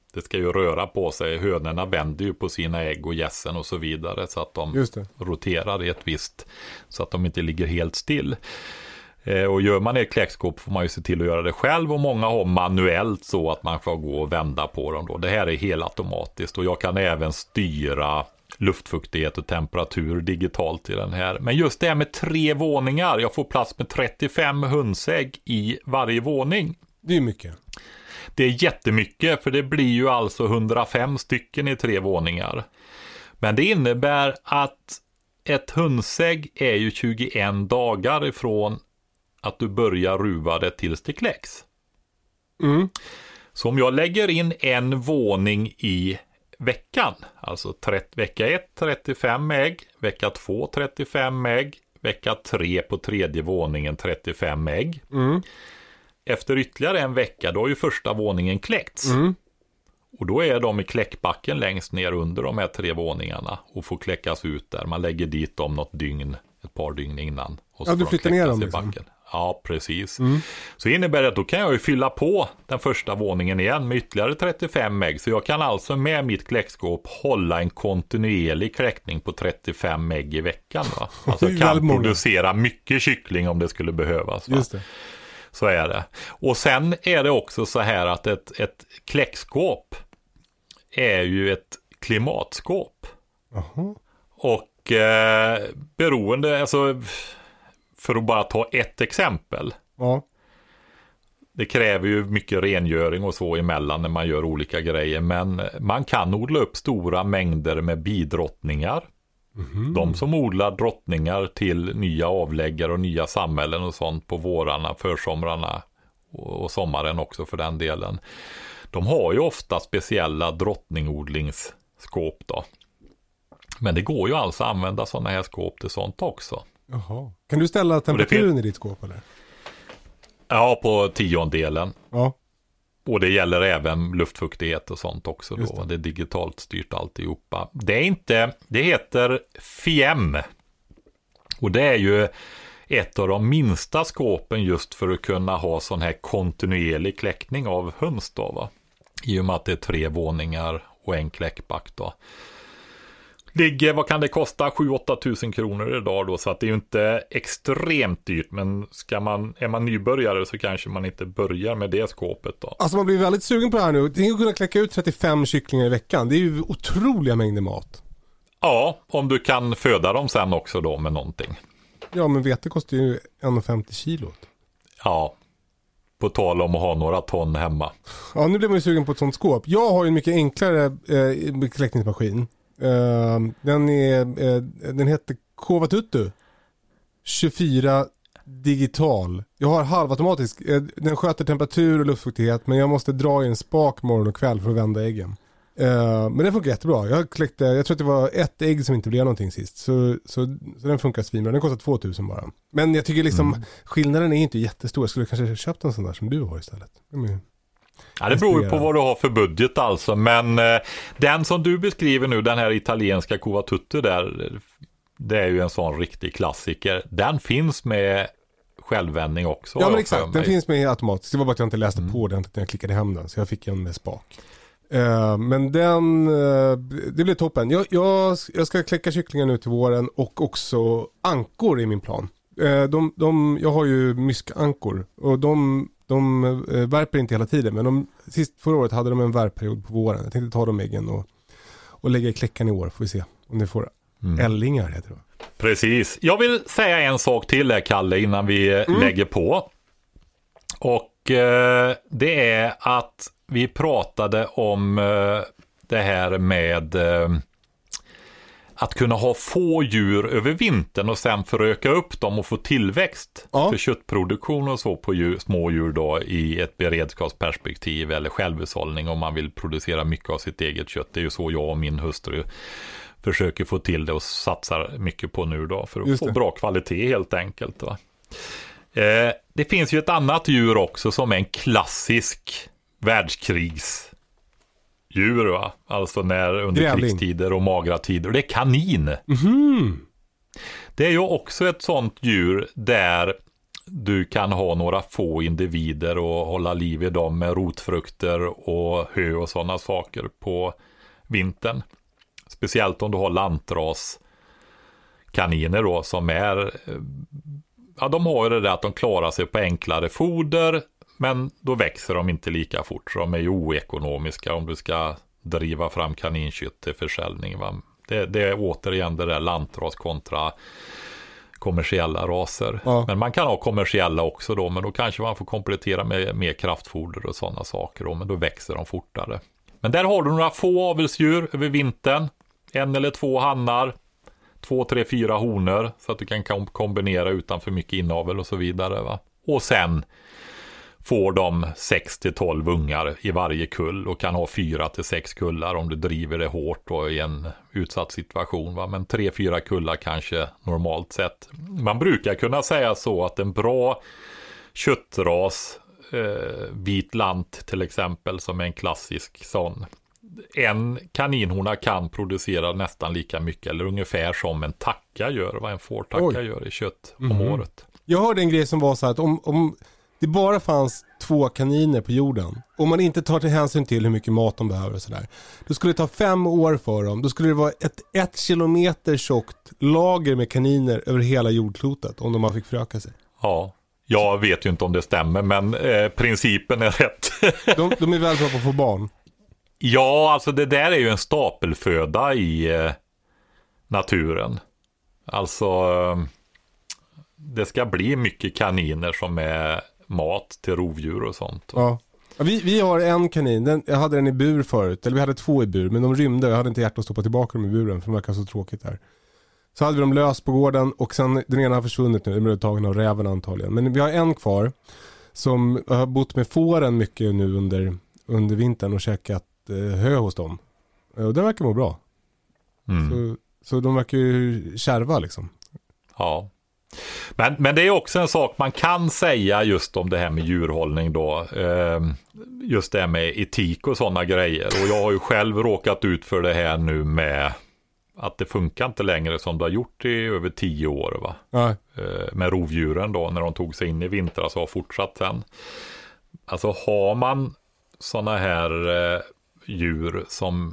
Speaker 4: Det ska ju röra på sig. Hönorna vänder ju på sina ägg och gässen och så vidare. Så att de roterar i ett visst. Så att de inte ligger helt still. Eh, och gör man ett kläckskåp får man ju se till att göra det själv. Och många har manuellt så att man får gå och vända på dem då. Det här är helautomatiskt. Och jag kan även styra luftfuktighet och temperatur digitalt i den här. Men just det här med tre våningar. Jag får plats med trettiofem hönsägg i varje våning.
Speaker 3: Det är mycket.
Speaker 4: Det är jättemycket, för det blir ju alltså hundrafem stycken i tre våningar. Men det innebär att ett hönsägg är ju tjugoen dagar ifrån att du börjar ruva det tills det kläcks.
Speaker 3: Mm.
Speaker 4: Så om jag lägger in en våning i veckan, alltså trettio, vecka ett trettiofem ägg, vecka två trettiofem ägg, vecka tre på tredje våningen trettiofem ägg.
Speaker 3: Mm.
Speaker 4: Efter ytterligare en vecka då har ju första våningen kläckts.
Speaker 3: Mm.
Speaker 4: Och då är de i kläckbacken längst ner under de här tre våningarna och får kläckas ut där. Man lägger dit dem något dygn, ett par dygn innan. Och så
Speaker 3: ja, du flyttar ner dem liksom.
Speaker 4: Backen. Ja, precis.
Speaker 3: Mm.
Speaker 4: Så innebär det att då kan jag ju fylla på den första våningen igen med ytterligare trettiofem ägg. Så jag kan alltså med mitt kläckskåp hålla en kontinuerlig kläckning på trettiofem ägg i veckan. Va? Alltså jag kan producera mycket kyckling om det skulle behövas. Va?
Speaker 3: Just det.
Speaker 4: Så är det. Och sen är det också så här att ett, ett kläckskåp är ju ett klimatskåp.
Speaker 3: Aha.
Speaker 4: Och eh, beroende, alltså för att bara ta ett exempel.
Speaker 3: Ja.
Speaker 4: Det kräver ju mycket rengöring och så emellan när man gör olika grejer. Men man kan odla upp stora mängder med bidrottningar. Mm. De som odlar drottningar till nya avläggare och nya samhällen och sånt på vårarna, försomrarna och, och sommaren också för den delen. De har ju ofta speciella drottningodlingsskåp då. Men det går ju alltså att använda sådana här skåp till sånt också.
Speaker 3: Jaha. Kan du ställa temperaturen i ditt skåp eller?
Speaker 4: Ja, på tiondelen.
Speaker 3: Ja.
Speaker 4: Och det gäller även luftfuktighet och sånt också då. Det. det är digitalt styrt alltihopa. Det är inte, det heter F I E M. Och det är ju ett av de minsta skåpen just för att kunna ha sån här kontinuerlig kläckning av höns då, va? I och med att det är tre våningar och en kläckback då. Ligger, vad kan det kosta? sju åtta tusen kronor idag då, så att det är ju inte extremt dyrt, men ska man, är man nybörjare så kanske man inte börjar med det skåpet då.
Speaker 3: Alltså man blir väldigt sugen på det här nu. Tänk att kunna kläcka ut trettiofem kycklingar i veckan. Det är ju otroliga mängder mat.
Speaker 4: Ja, om du kan föda dem sen också då med någonting.
Speaker 3: Ja, men vete kostar ju en komma femtio kilot.
Speaker 4: Ja, på tal om att ha några ton hemma.
Speaker 3: Ja, nu blir man ju sugen på ett sånt skåp. Jag har ju en mycket enklare eh, kläckningsmaskin. Uh, den, är, uh, den heter Kovatuttu tjugofyra digital. Jag har halvautomatisk. Uh, den sköter temperatur och luftfuktighet, men jag måste dra i en spak morgon och kväll för att vända äggen. Uh, men det funkar jättebra. Jag kläckte, jag tror att det var ett ägg som inte blev någonting sist. Så, så, så den funkar svinbra. Den kostar tvåtusen bara. Men jag tycker liksom mm. skillnaden är inte jättestor. Jag skulle kanske köpt en sån där som du har istället. Mm.
Speaker 4: Ja, det beror ju på vad du har för budget alltså. Men eh, den som du beskriver nu, den här italienska Kovatuttu där, det är ju en sån riktig klassiker. Den finns med självvändning också.
Speaker 3: Ja, men exakt. Den finns med automatiskt. Det var bara att jag inte läste mm. på den när jag klickade hem den. Så jag fick en med spak. Uh, men den, uh, det blir toppen. Jag, jag, jag ska kläcka kycklingar nu till våren och också ankor i min plan. Uh, de, de, jag har ju myskankor och de... De äh, värper inte hela tiden, men de, sist förra året hade de en värpperiod på våren. Jag tänkte ta de äggen och, och lägga i kläckan i år, får vi se om ni får mm. ällingar heter det.
Speaker 4: Precis. Jag vill säga en sak till här, Kalle, innan vi mm. lägger på. Och eh, det är att vi pratade om eh, det här med eh, att kunna ha få djur över vintern och sen föröka upp dem och få tillväxt ja. för köttproduktion och så på djur, små djur då i ett beredskapsperspektiv eller självhushållning om man vill producera mycket av sitt eget kött. Det är ju så jag och min hustru försöker få till det och satsar mycket på nu då för att få bra kvalitet helt enkelt. Va? Eh, det finns ju ett annat djur också som är en klassisk världskrigs djur, va? Alltså när under Grävling. krigstider och magra tider. Det är kanin.
Speaker 3: Mm-hmm.
Speaker 4: Det är ju också ett sånt djur där du kan ha några få individer och hålla liv i dem med rotfrukter och hö och sådana saker på vintern. Speciellt om du har lantras kaniner då som är, ja de har ju det där att de klarar sig på enklare foder, men då växer de inte lika fort, så de är ju oekonomiska om du ska driva fram kaninkött till försäljning, va? Det, det är återigen det där lantras kontra kommersiella raser. Ja. Men man kan ha kommersiella också då, men då kanske man får komplettera med mer kraftfoder och sådana saker då, men då växer de fortare. Men där har du några få avelsdjur över vintern, en eller två hannar, två, tre, fyra honor så att du kan kombinera utan för mycket inavel och så vidare, va? Och sen får de sex till tolv ungar i varje kull och kan ha fyra till sex kullar om du driver det hårt då i en utsatt situation, va? Men tre, fyra kullar kanske normalt sett. Man brukar kunna säga så att en bra köttras, eh, vit lant till exempel, som är en klassisk sån, en kaninhona kan producera nästan lika mycket eller ungefär som en tacka gör, vad en fårtacka Oj. gör i kött om mm. året.
Speaker 3: Jag hörde en grej som var så att om, om det bara fanns två kaniner på jorden, om man inte tar till hänsyn till hur mycket mat de behöver och sådär, då skulle det ta fem år för dem. Då skulle det vara ett ett kilometer tjockt lager med kaniner över hela jordklotet om de bara fick föröka sig.
Speaker 4: Ja, jag vet ju inte om det stämmer, men eh, principen är rätt.
Speaker 3: de, de är väl bra på att få barn.
Speaker 4: Ja, alltså det där är ju en stapelföda i eh, naturen. Alltså eh, det ska bli mycket kaniner som är mat till rovdjur och sånt.
Speaker 3: Ja. Ja, vi, vi har en kanin, den, jag hade den i bur förut, eller vi hade två i bur, men de rymde och jag hade inte hjärta att stoppa tillbaka dem i buren för det verkar så tråkigt där. Så hade vi dem lös på gården och sen den ena har försvunnit nu, den blev tagen av räven antagligen. Men vi har en kvar som har bott med fåren mycket nu under, under vintern och käkat eh, hö hos dem. Och den verkar må bra. Mm. Så, så de verkar ju kärva liksom.
Speaker 4: Ja. Men, men det är också en sak man kan säga just om det här med djurhållning då. Eh, just det här med etik och sådana grejer. Och jag har ju själv råkat ut för det här nu med att det funkar inte längre som det har gjort i över tio år, va? Ja. Eh, med rovdjuren då, när de tog sig in i vintras och har fortsatt sen. Alltså har man sådana här eh, djur som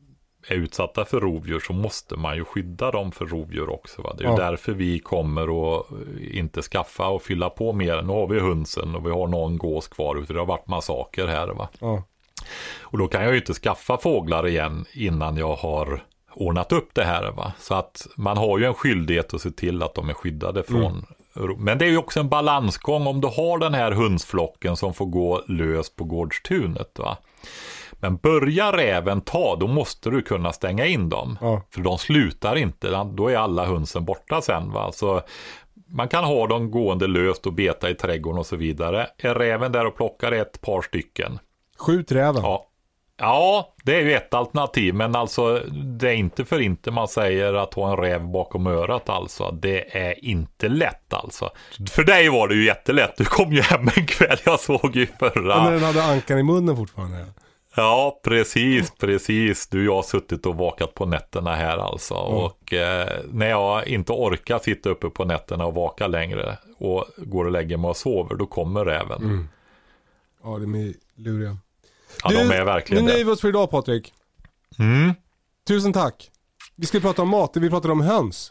Speaker 4: är utsatta för rovdjur så måste man ju skydda dem för rovdjur också, va? Det är ju ja. därför vi kommer att inte skaffa och fylla på mer. Nu har vi hönsen och vi har någon gås kvar, för det har varit massaker här, va? Ja. Och då kan jag ju inte skaffa fåglar igen innan jag har ordnat upp det här, va? Så att man har ju en skyldighet att se till att de är skyddade från mm. Men det är ju också en balansgång om du har den här hönsflocken som får gå lös på gårdstunet, va? Men börjar räven ta, då måste du kunna stänga in dem. Ja. För de slutar inte, då är alla hönsen borta sen, va? Så man kan ha dem gående löst och beta i trädgården och så vidare. Är räven där och plockar ett par stycken?
Speaker 3: Skjut räven.
Speaker 4: Ja. Ja, det är ju ett alternativ, men alltså det är inte för inte man säger att ha en räv bakom örat, alltså. Det är inte lätt, alltså. För dig var det ju jättelätt. Du kom ju hem en kväll, jag såg ju förra.
Speaker 3: Men den hade ankan i munnen fortfarande.
Speaker 4: Ja, precis, precis. Du, jag har suttit och vakat på nätterna här, alltså. Mm. Och eh, när jag inte orkar sitta uppe på nätterna och vaka längre och går och lägger mig och sover, då kommer räven. Mm.
Speaker 3: Ja, de är luriga.
Speaker 4: Ja, du, de är verkligen
Speaker 3: nu nöjer vi oss för idag, Patrik.
Speaker 4: Mm.
Speaker 3: Tusen tack. Vi ska prata om mat, vi pratar om höns.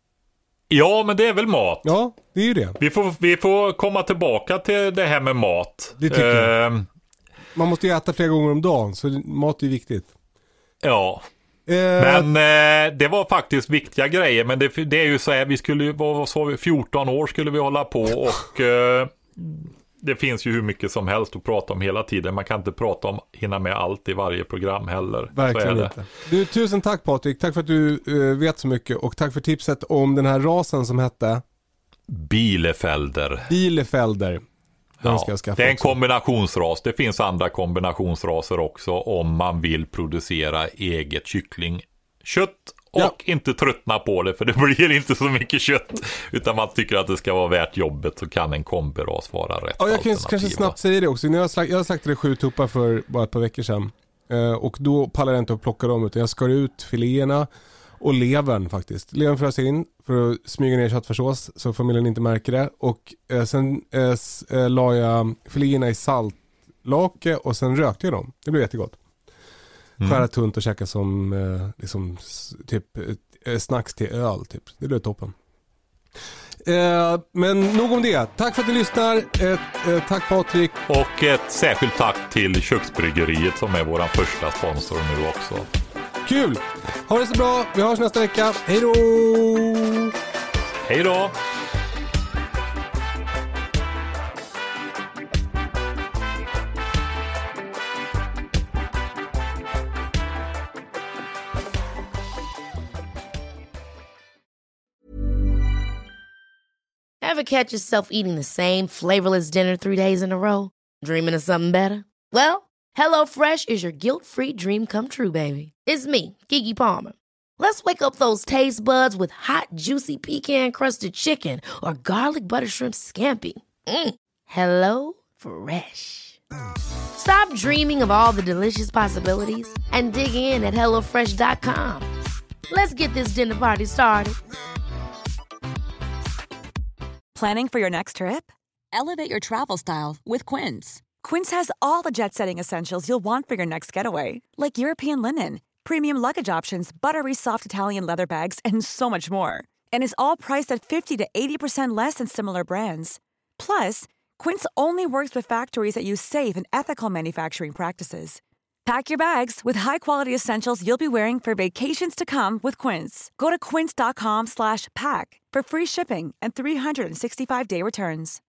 Speaker 4: Ja, men det är väl mat.
Speaker 3: Ja, det är ju det.
Speaker 4: Vi får, vi får komma tillbaka till det här med mat.
Speaker 3: Det tycker uh, jag. Man måste ju äta flera gånger om dagen, så mat är viktigt.
Speaker 4: Ja. Uh, men uh, det var faktiskt viktiga grejer. Men det, det är ju så här, vi skulle vad sa vi, fjorton år skulle vi hålla på och... Uh, det finns ju hur mycket som helst att prata om hela tiden. Man kan inte prata om, hinna med allt i varje program heller.
Speaker 3: Verkligen inte. Du, tusen tack Patrik. Tack för att du uh, vet så mycket. Och tack för tipset om den här rasen som hette
Speaker 4: Bielefelder.
Speaker 3: Bielefelder.
Speaker 4: Ja, det är en också. kombinationsras. Det finns andra kombinationsraser också om man vill producera eget kycklingkött. Och ja. inte tröttna på det, för det blir inte så mycket kött. Utan man tycker att det ska vara värt jobbet, så kan en kombiras vara rätt.
Speaker 3: Ja, jag kan kanske snabbt säga det också. Jag har slakt, jag har slaktade sju tuppar för bara ett par veckor sedan. Eh, och då pallar jag inte att plocka dem, utan jag skar ut filéerna. Och levern faktiskt. Levern frös in för att smyga ner köttfärssås så familjen inte märker det. Och eh, sen eh, s- eh, la jag filéerna i saltlake och sen rökte jag dem. Det blev jättegott. Mm. Skära tunt och käka som eh, liksom, s- typ eh, snacks till öl. Typ. Det blev toppen. Eh, men nog om det. Tack för att ni lyssnar. Ett, eh, tack Patrik.
Speaker 4: Och ett särskilt tack till Köksbryggeriet som är vår första sponsor nu också.
Speaker 3: Kul! Ha det så bra. Vi hörs nästa vecka. Hej då!
Speaker 4: Hej då!
Speaker 9: Ever catch yourself eating the same flavorless dinner three days in a row? Dreaming of something better? Well, HelloFresh is your guilt-free dream come true, baby. It's me, Keke Palmer. Let's wake up those taste buds with hot, juicy pecan-crusted chicken or garlic butter shrimp scampi. Mm. Hello Fresh. Stop dreaming of all the delicious possibilities and dig in at hello fresh dot com. Let's get this dinner party started.
Speaker 10: Planning for your next trip? Elevate your travel style with Quince. Quince has all the jet-setting essentials you'll want for your next getaway, like European linen, premium luggage options, buttery soft Italian leather bags, and so much more. And is all priced at fifty to eighty percent less than similar brands. Plus, Quince only works with factories that use safe and ethical manufacturing practices. Pack your bags with high-quality essentials you'll be wearing for vacations to come with Quince. Go to quince dot com slash pack for free shipping and three sixty-five day returns.